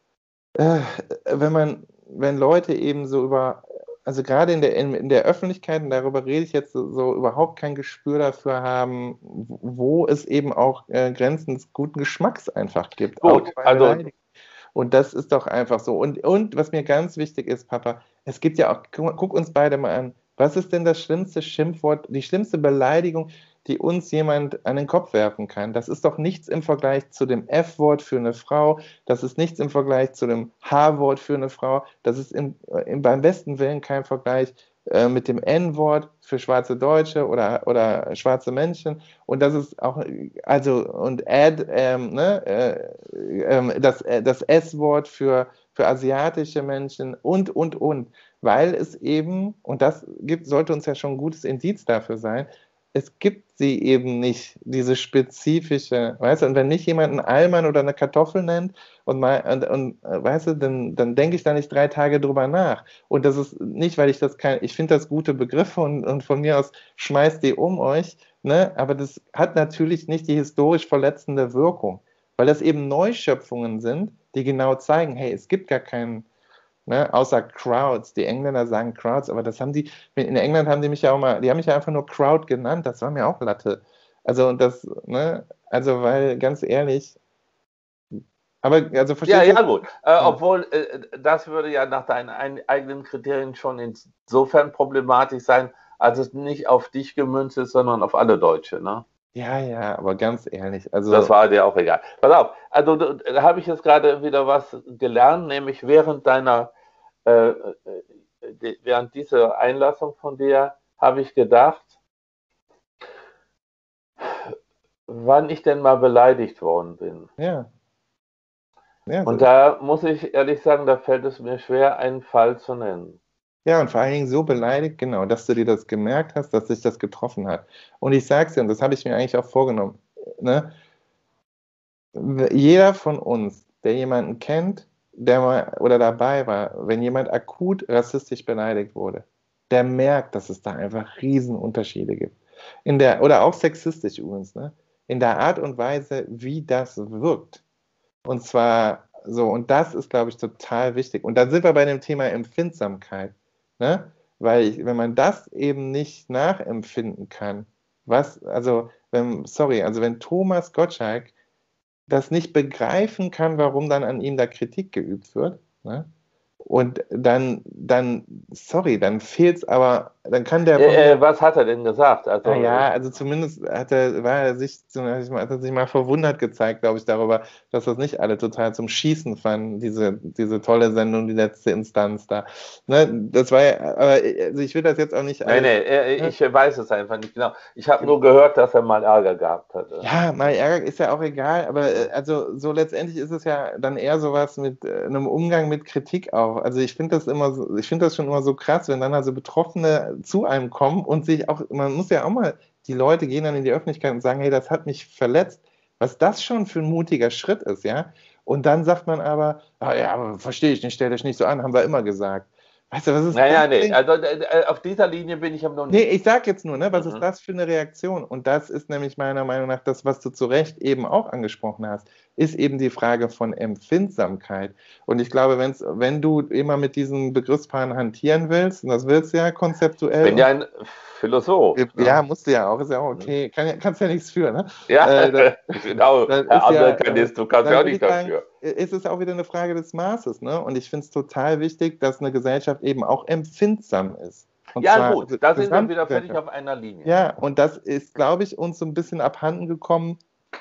S1: äh, wenn man, wenn Leute eben so über, also gerade in der, in, in der Öffentlichkeit, und darüber rede ich jetzt so, so überhaupt kein Gespür dafür haben, wo es eben auch äh, Grenzen des guten Geschmacks einfach gibt.
S2: Gut,
S1: Auch
S2: also.
S1: Und das ist doch einfach so. Und, und was mir ganz wichtig ist, Papa, es gibt ja auch, guck, guck uns beide mal an, was ist denn das schlimmste Schimpfwort, die schlimmste Beleidigung, die uns jemand an den Kopf werfen kann? Das ist doch nichts im Vergleich zu dem F-Wort für eine Frau, das ist nichts im Vergleich zu dem H-Wort für eine Frau, das ist im, im, beim besten Willen kein Vergleich äh, mit dem N-Wort für schwarze Deutsche oder, oder schwarze Menschen. Und das ist auch, also, und Ad, ähm, ne, äh, ähm, das, äh, das S-Wort für, für asiatische Menschen und, und, und. Weil es eben, und das gibt, sollte uns ja schon ein gutes Indiz dafür sein, es gibt sie eben nicht, diese spezifische, weißt du, und wenn mich jemand einen Allmann oder eine Kartoffel nennt und, mal, und, und weißt du, dann, dann denke ich da nicht drei Tage drüber nach. Und das ist nicht, weil ich das kein, ich finde das gute Begriffe und, und von mir aus schmeißt die um euch, ne? Aber das hat natürlich nicht die historisch verletzende Wirkung, weil das eben Neuschöpfungen sind, die genau zeigen, hey, es gibt gar keinen, ne, außer Crowds. Die Engländer sagen Crowds, aber das haben die, in England haben die mich ja auch mal, die haben mich ja einfach nur Crowd genannt, das war mir auch Latte. Also und das, ne, also weil, ganz ehrlich, aber, also
S2: Ja,
S1: verstehst
S2: ja,
S1: du?
S2: gut. Äh,
S1: Ja.
S2: obwohl, äh, das würde ja nach deinen ein, eigenen Kriterien schon insofern problematisch sein, als es nicht auf dich gemünzt ist, sondern auf alle Deutsche, ne?
S1: Ja, ja, aber ganz ehrlich, also,
S2: Das war dir auch egal. Pass auf, also da, da habe ich jetzt gerade wieder was gelernt, nämlich während deiner, äh, äh, de, während dieser Einlassung von dir, habe ich gedacht, wann ich denn mal beleidigt worden bin.
S1: ja, ja, so
S2: Und
S1: ist,
S2: da muss ich ehrlich sagen, da fällt es mir schwer, einen Fall zu nennen.
S1: ja, und vor allen Dingen so beleidigt, genau, dass du dir das gemerkt hast, dass sich das getroffen hat. Und ich sag's dir, und das habe ich mir eigentlich auch vorgenommen, ne, jeder von uns, der jemanden kennt, der mal oder dabei war, wenn jemand akut rassistisch beleidigt wurde, der merkt, dass es da einfach Riesenunterschiede gibt. In der, oder auch sexistisch übrigens, ne? In der Art und Weise, wie das wirkt. Und zwar so, und das ist, glaube ich, total wichtig. Und da sind wir bei dem Thema Empfindsamkeit, ne? Weil ich, wenn man das eben nicht nachempfinden kann, was, also, wenn, sorry, also wenn Thomas Gottschalk das nicht begreifen kann, warum dann an ihm da Kritik geübt wird, ne? Und dann, dann, sorry, dann fehlt's aber, dann kann der von
S2: Äh,
S1: mir,
S2: äh, was hat er denn gesagt? Also,
S1: naja, also zumindest hat er, war er sich, hat er sich mal verwundert gezeigt, glaube ich, darüber, dass das nicht alle total zum Schießen fanden, diese, diese tolle Sendung, die letzte Instanz da. Ne, das war ja, aber also ich will das jetzt auch nicht
S2: nee,
S1: alles,
S2: nee, äh,
S1: ne?
S2: ich weiß es einfach nicht genau. Ich habe nur gehört, dass er mal Ärger gehabt hatte.
S1: Ja, mal Ärger ist ja auch egal, aber äh, also so letztendlich ist es ja dann eher sowas mit äh, einem Umgang mit Kritik auch. Also ich finde das immer so, ich finde das schon immer so krass, wenn dann also Betroffene zu einem kommen und sich auch, man muss ja auch mal, die Leute gehen dann in die Öffentlichkeit und sagen, hey, das hat mich verletzt, was das schon für ein mutiger Schritt ist, ja. Und dann sagt man aber, ah, ja, aber verstehe ich nicht, stell dich nicht so an, haben wir immer gesagt. Weißt du, was ist das
S2: Naja, nee,
S1: denn?
S2: also äh, auf dieser Linie bin ich aber noch
S1: Nee,
S2: nicht.
S1: ich sag jetzt nur, ne, was ist
S2: Mhm.
S1: das für eine Reaktion? Und das ist nämlich meiner Meinung nach das, was du zu Recht eben auch angesprochen hast, ist eben die Frage von Empfindsamkeit. Und ich glaube, wenn's, wenn du immer mit diesen Begriffspaaren hantieren willst, und das willst du ja
S2: Ich
S1: konzeptuell,
S2: bin ja
S1: und
S2: ein Philosoph.
S1: ja,
S2: Ne?
S1: musst du ja auch, ist ja auch
S2: Mhm.
S1: okay, kann, ja- kannst ja nichts für, ne?
S2: Ja,
S1: Äh, dann,
S2: genau.
S1: dann
S2: Herr
S1: ist ja, äh,
S2: Amerikanist, du kannst ja
S1: dann
S2: auch
S1: würde ich
S2: nicht
S1: sagen,
S2: dafür.
S1: ist es auch wieder eine Frage des Maßes, ne? Und ich finde es total wichtig, dass eine Gesellschaft eben auch empfindsam ist. Und
S2: Ja,
S1: zwar, also
S2: gut, da sind wir wieder völlig
S1: Gesamtgesellschaft.
S2: auf einer Linie.
S1: Ja, und das ist, glaube ich, uns so ein bisschen abhanden gekommen.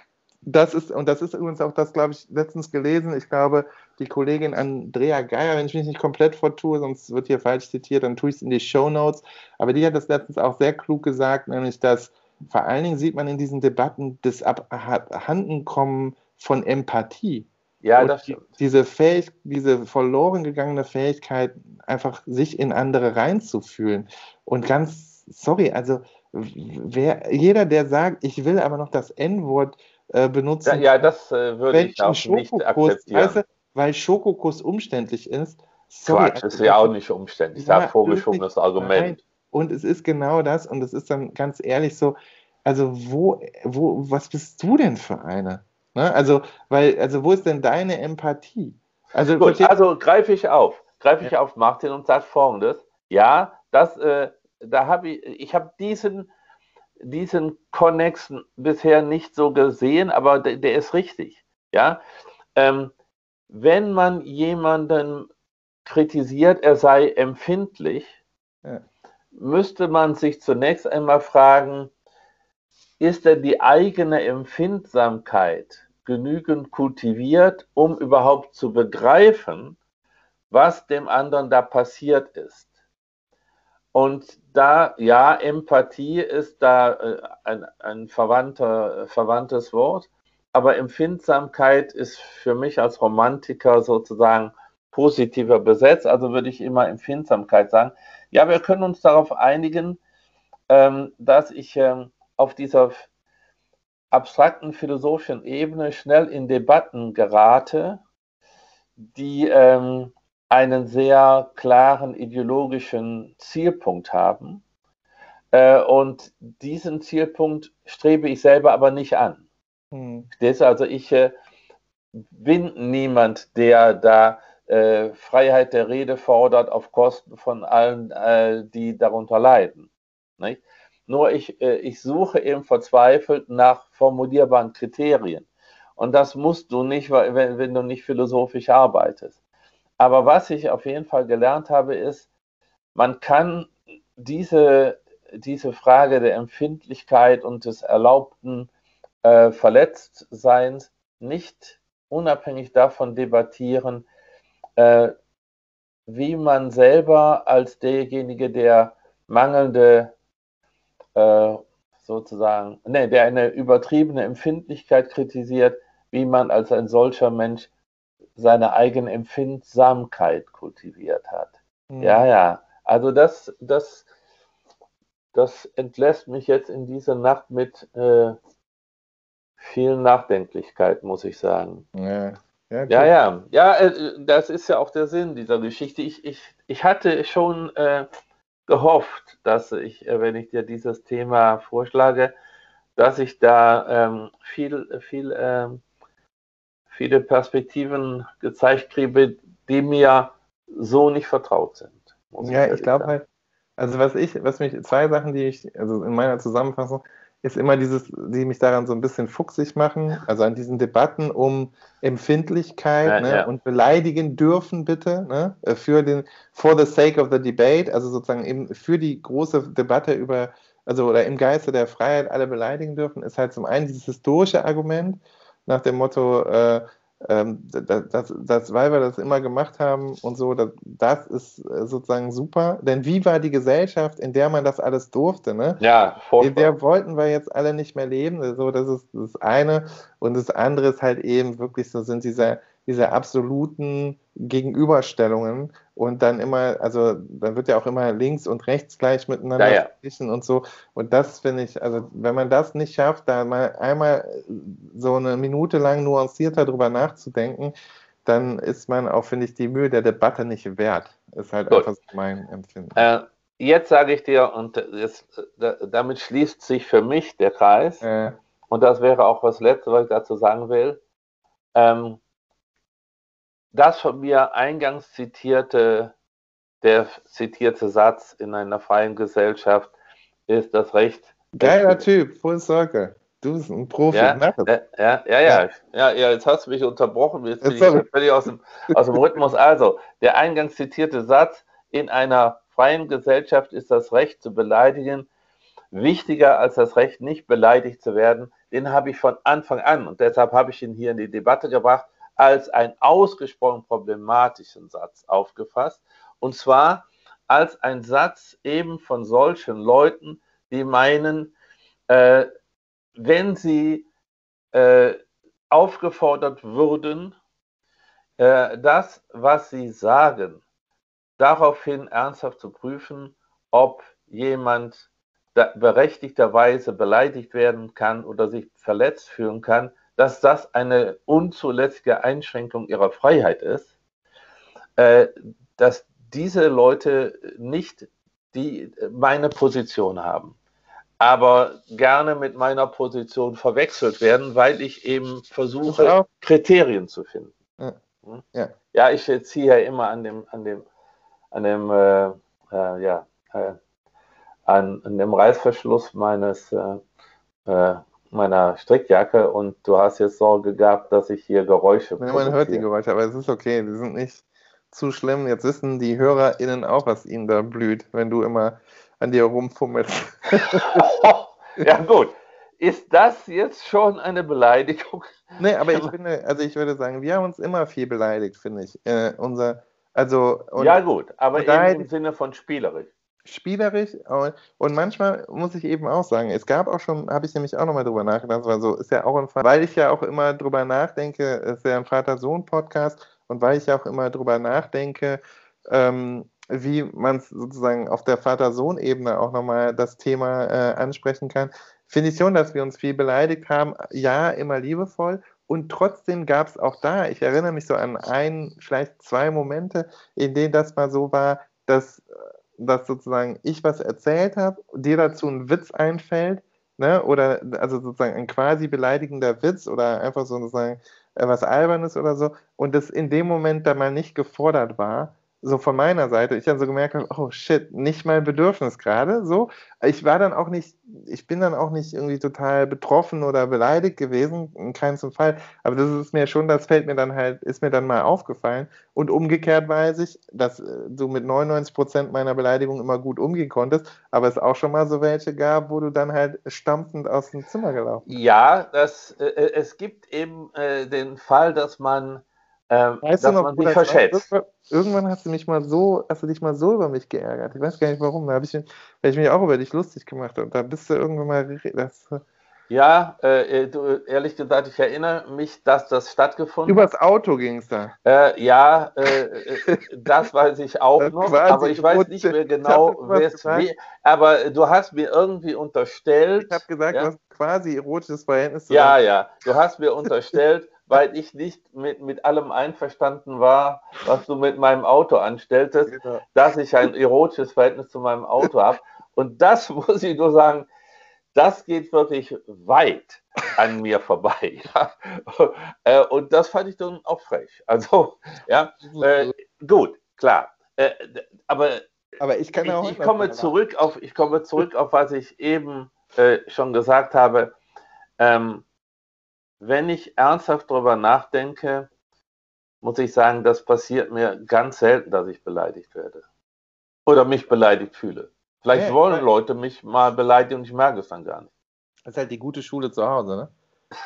S1: Das ist, und das ist übrigens auch das, glaube ich, letztens gelesen. Ich glaube, die Kollegin Andrea Geier, wenn ich mich nicht komplett vertue, sonst wird hier falsch zitiert, dann tue ich es in die Shownotes. Aber die hat das letztens auch sehr klug gesagt, nämlich, dass vor allen Dingen sieht man in diesen Debatten das Abhandenkommen von Empathie.
S2: Ja,
S1: Und
S2: das
S1: die,
S2: stimmt.
S1: diese Fähig, diese verloren gegangene Fähigkeit, einfach sich in andere reinzufühlen. Und ganz, sorry, also wer, jeder, der sagt, ich will aber noch das En-Wort äh,
S2: Ja,
S1: benutzen,
S2: ja, das äh, würde ich
S1: welchen
S2: auch nicht
S1: Schokokuss, weißt
S2: akzeptieren.
S1: du, weil Schokokuss umständlich ist. Sorry,
S2: Quatsch,
S1: also
S2: ist ja
S1: das
S2: auch
S1: ist,
S2: nicht umständlich. Ist ja
S1: ja, wirklich,
S2: vorgeschobenes
S1: nein.
S2: Argument.
S1: Und es ist genau das, und es ist dann ganz ehrlich so, also wo, wo, was bist du denn für eine? Ne? Also, weil, also wo ist denn deine Empathie? Also,
S2: Gut,
S1: verstehst
S2: also greife ich auf. Greife
S1: du?
S2: ich auf Martin und sage Folgendes. Ja, das, äh, da habe ich, ich habe diesen, diesen Connex bisher nicht so gesehen, aber der, der ist richtig. Ja, ähm, wenn man jemanden kritisiert, er sei empfindlich,
S1: Ja,
S2: müsste man sich zunächst einmal fragen, ist denn die eigene Empfindsamkeit genügend kultiviert, um überhaupt zu begreifen, was dem anderen da passiert ist? Und da, ja, Empathie ist da äh, ein, ein verwandter, verwandtes Wort, aber Empfindsamkeit ist für mich als Romantiker sozusagen positiver besetzt, also würde ich immer Empfindsamkeit sagen. Ja, wir können uns darauf einigen, ähm, dass ich ähm, auf dieser abstrakten philosophischen Ebene schnell in Debatten gerate, die ähm, einen sehr klaren ideologischen Zielpunkt haben. Äh, und diesen Zielpunkt strebe ich selber aber nicht an. Hm. Also ich äh, bin niemand, der da äh, Freiheit der Rede fordert auf Kosten von allen, äh, die darunter leiden. Nicht? Nur ich, äh, ich suche eben verzweifelt nach formulierbaren Kriterien. Und das musst du nicht, wenn, wenn du nicht philosophisch arbeitest. Aber was ich auf jeden Fall gelernt habe, ist, man kann diese, diese Frage der Empfindlichkeit und des erlaubten äh, Verletztseins nicht unabhängig davon debattieren, äh, wie man selber als derjenige, der mangelnde äh, sozusagen, ne, der eine übertriebene Empfindlichkeit kritisiert, wie man als ein solcher Mensch seine eigene Empfindsamkeit kultiviert hat. Mhm. Ja, ja, also das, das, das entlässt mich jetzt in dieser Nacht mit äh, viel Nachdenklichkeit, muss ich sagen.
S1: Ja, ja,
S2: ja, ja, ja, äh, das ist ja auch der Sinn dieser Geschichte. Ich, ich, ich hatte schon äh, gehofft, dass ich, äh, wenn ich dir dieses Thema vorschlage, dass ich da ähm, viel, viel, ähm, viele Perspektiven gezeigt kriege, die mir so nicht vertraut sind.
S1: Ja, ich glaube halt, also was ich, was mich, zwei Sachen, die ich, also in meiner Zusammenfassung, ist immer dieses, die mich daran so ein bisschen fuchsig machen, also an diesen Debatten um Empfindlichkeit, ja, ne, ja. Und beleidigen dürfen bitte, ne, für den, for the sake of the debate, also sozusagen eben für die große Debatte über, also oder im Geiste der Freiheit alle beleidigen dürfen, ist halt zum einen dieses historische Argument nach dem Motto, äh, Ähm, das, das, das, weil wir das immer gemacht haben und so, das, das ist sozusagen super. Denn wie war die Gesellschaft, in der man das alles durfte? Ne?
S2: Ja,
S1: in der wollten wir jetzt alle nicht mehr leben. So, das ist das eine. Und das andere ist halt eben wirklich so, sind diese, diese absoluten Gegenüberstellungen und dann immer, also dann wird ja auch immer links und rechts gleich miteinander
S2: ja, ja.
S1: verglichen und so. Und das finde ich, also wenn man das nicht schafft, da mal einmal so eine Minute lang nuancierter drüber nachzudenken, dann ist man auch, finde ich, die Mühe der Debatte nicht wert. Ist halt Gut. einfach so mein Empfinden.
S2: Äh, jetzt sage ich dir, und das, damit schließt sich für mich der Kreis, äh. und das wäre auch das Letzte, was ich dazu sagen will, ähm, das von mir eingangs zitierte, der zitierte Satz in einer freien Gesellschaft ist das Recht.
S1: Geiler Typ, Full Circle. Du bist ein Profi.
S2: Ja, ja, ja, ja, ja, ja, ja, jetzt hast du mich unterbrochen, jetzt bin Sorry. ich völlig aus dem, aus dem Rhythmus. Also, der eingangs zitierte Satz, in einer freien Gesellschaft ist das Recht zu beleidigen wichtiger als das Recht, nicht beleidigt zu werden. Den habe ich von Anfang an, und deshalb habe ich ihn hier in die Debatte gebracht, als einen ausgesprochen problematischen Satz aufgefasst. Und zwar als ein Satz eben von solchen Leuten, die meinen, äh, wenn sie äh, aufgefordert würden, äh, das, was sie sagen, daraufhin ernsthaft zu prüfen, ob jemand berechtigterweise beleidigt werden kann oder sich verletzt fühlen kann, dass das eine unzulässige Einschränkung ihrer Freiheit ist, äh, dass diese Leute nicht die, meine Position haben, aber gerne mit meiner Position verwechselt werden, weil ich eben versuche, Kriterien zu finden. Ja, ja. ja ich ziehe ja immer an dem, an dem, an dem, äh, äh, ja, äh, an, an dem Reißverschluss meines, äh, äh, meiner Strickjacke und du hast jetzt Sorge gehabt, dass ich hier Geräusche
S1: ja, man hört die Geräusche, aber es ist okay, die sind nicht zu schlimm. Jetzt wissen die HörerInnen auch, was ihnen da blüht, wenn du immer an dir rumfummelst.
S2: Ja gut, ist das jetzt schon eine Beleidigung?
S1: Nee, aber ich finde, also ich würde sagen, wir haben uns immer viel beleidigt, finde ich. Äh, unser, also,
S2: und ja gut, aber eben im Sinne von spielerisch.
S1: Spielerisch und, und manchmal muss ich eben auch sagen, es gab auch schon, habe ich nämlich auch nochmal drüber nachgedacht, weil so ist ja auch ein Fall, weil ich ja auch immer drüber nachdenke, ist ja ein Vater-Sohn-Podcast und weil ich ja auch immer drüber nachdenke, ähm, wie man sozusagen auf der Vater-Sohn-Ebene auch nochmal das Thema äh, ansprechen kann, finde ich schon, dass wir uns viel beleidigt haben. Ja, immer liebevoll. Und trotzdem gab es auch da, ich erinnere mich so an ein, vielleicht zwei Momente, in denen das mal so war, dass, dass sozusagen ich was erzählt habe, dir dazu ein Witz einfällt, ne? Oder also sozusagen ein quasi beleidigender Witz oder einfach so sozusagen äh, was Albernes oder so. Und das in dem Moment dann mal nicht gefordert war, so von meiner Seite, ich dann so gemerkt habe, oh shit, nicht mein Bedürfnis gerade, so. Ich war dann auch nicht, ich bin dann auch nicht irgendwie total betroffen oder beleidigt gewesen, in keinem Fall, aber das ist mir schon, das fällt mir dann halt, ist mir dann mal aufgefallen und umgekehrt weiß ich, dass du mit neunundneunzig Prozent meiner Beleidigung immer gut umgehen konntest, aber es auch schon mal so welche gab, wo du dann halt stampfend aus dem Zimmer gelaufen bist.
S2: Ja, das, äh, es gibt eben äh, den Fall, dass man Ähm,
S1: Weißt du
S2: dass
S1: noch,
S2: man
S1: wo
S2: sich
S1: das war?
S2: verschätzt.
S1: Irgendwann, irgendwann hast du mich mal so, hast du dich mal so über mich geärgert. Ich weiß gar nicht warum. Da habe ich, mich- weil ich mich auch über dich lustig gemacht habe. Da bist du irgendwann mal. Das,
S2: Ja, äh, du, ehrlich gesagt, ich erinnere mich, dass das stattgefunden hat.
S1: übers Auto ging es da.
S2: Äh, ja, äh, äh, das weiß ich auch
S1: Das
S2: noch,
S1: quasi
S2: aber ich weiß nicht
S1: erotische.
S2: mehr
S1: Ich habe
S2: genau,
S1: was gesagt.
S2: weswegen. Aber du hast mir irgendwie
S1: Ich
S2: unterstellt,
S1: habe gesagt, du
S2: ja,
S1: hast quasi erotisches Verhältnis zu deinem.
S2: ja, ja, du hast mir unterstellt, weil ich nicht mit, mit allem einverstanden war, was du mit meinem Auto anstelltest,
S1: Genau.
S2: dass ich ein erotisches Verhältnis zu meinem Auto habe. Und das muss ich nur sagen, das geht wirklich weit an mir vorbei. Ja. Äh, Und das fand ich dann auch frech. Also, ja, äh, gut, klar. Äh, Aber
S1: Aber ich kann
S2: ich,
S1: auch
S2: ich,
S1: anders
S2: komme
S1: machen.
S2: zurück auf, ich komme zurück auf, was ich eben äh, schon gesagt habe. Ähm, wenn ich ernsthaft darüber nachdenke, muss ich sagen, das passiert mir ganz selten, dass ich beleidigt werde. Oder mich beleidigt fühle. Vielleicht
S1: Ja,
S2: wollen Leute mich mal beleidigen und ich merke es dann gar nicht.
S1: das ist halt die gute Schule zu Hause, ne?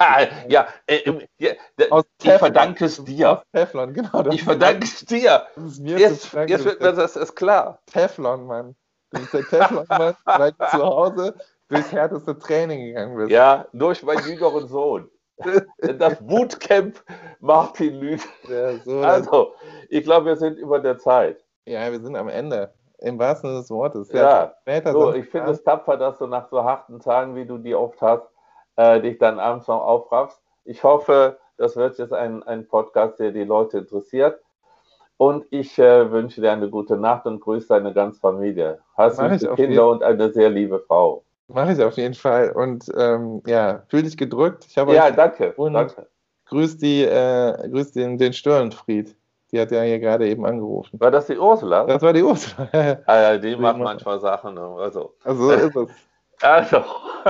S2: Ja, äh, ja,
S1: Aus
S2: ich
S1: Teflon.
S2: verdanke es
S1: Aus
S2: dir.
S1: Teflon, genau. Das
S2: Ich verdanke es dir.
S1: Das ist mir
S2: Jetzt,
S1: zu verdanken.
S2: jetzt wird mir das ist klar.
S1: Teflon, Mann. Du bist der Teflon-Mann, weil du zu Hause durchs härteste Training gegangen bist.
S2: Ja, durch meinen jüngeren Sohn. Das Bootcamp Martin Lüth.
S1: Ja, so
S2: Also, ich glaube, wir sind über der Zeit.
S1: ja, wir sind am Ende. Im wahrsten Sinne des Wortes.
S2: Ja,
S1: später
S2: so, ich finde es tapfer, dass du nach so harten Tagen, wie du die oft hast, äh, dich dann abends noch aufraffst. Ich hoffe, das wird jetzt ein, ein Podcast, der die Leute interessiert. Und ich äh, wünsche dir eine gute Nacht und grüße deine ganze Familie. Hast
S1: Mach ich
S2: süße
S1: auf
S2: Kinder
S1: jeden-
S2: und eine sehr liebe Frau.
S1: Mache ich auf jeden Fall. Und ähm, ja, fühl dich gedrückt. Ich habe
S2: Ja,
S1: euch
S2: danke,
S1: und
S2: danke.
S1: grüß, die, äh, grüß den, den Störenfried. Die hat ja hier gerade eben angerufen.
S2: War das die Ursula?
S1: Das war die Ursula.
S2: Ah, ja, die macht
S1: Prima.
S2: manchmal Sachen. ne? Also,
S1: Also so ist es.
S2: also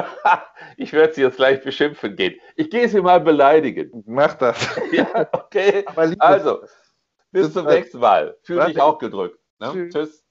S2: ich werde sie jetzt gleich beschimpfen gehen. Ich gehe sie mal beleidigen.
S1: Mach das.
S2: Ja, okay.
S1: Aber lieb-
S2: Also, bis
S1: Bis
S2: zum
S1: bald.
S2: nächsten Mal. Fühl dich
S1: Warte.
S2: auch gedrückt. Ne?
S1: Tschüss.
S2: Tschüss.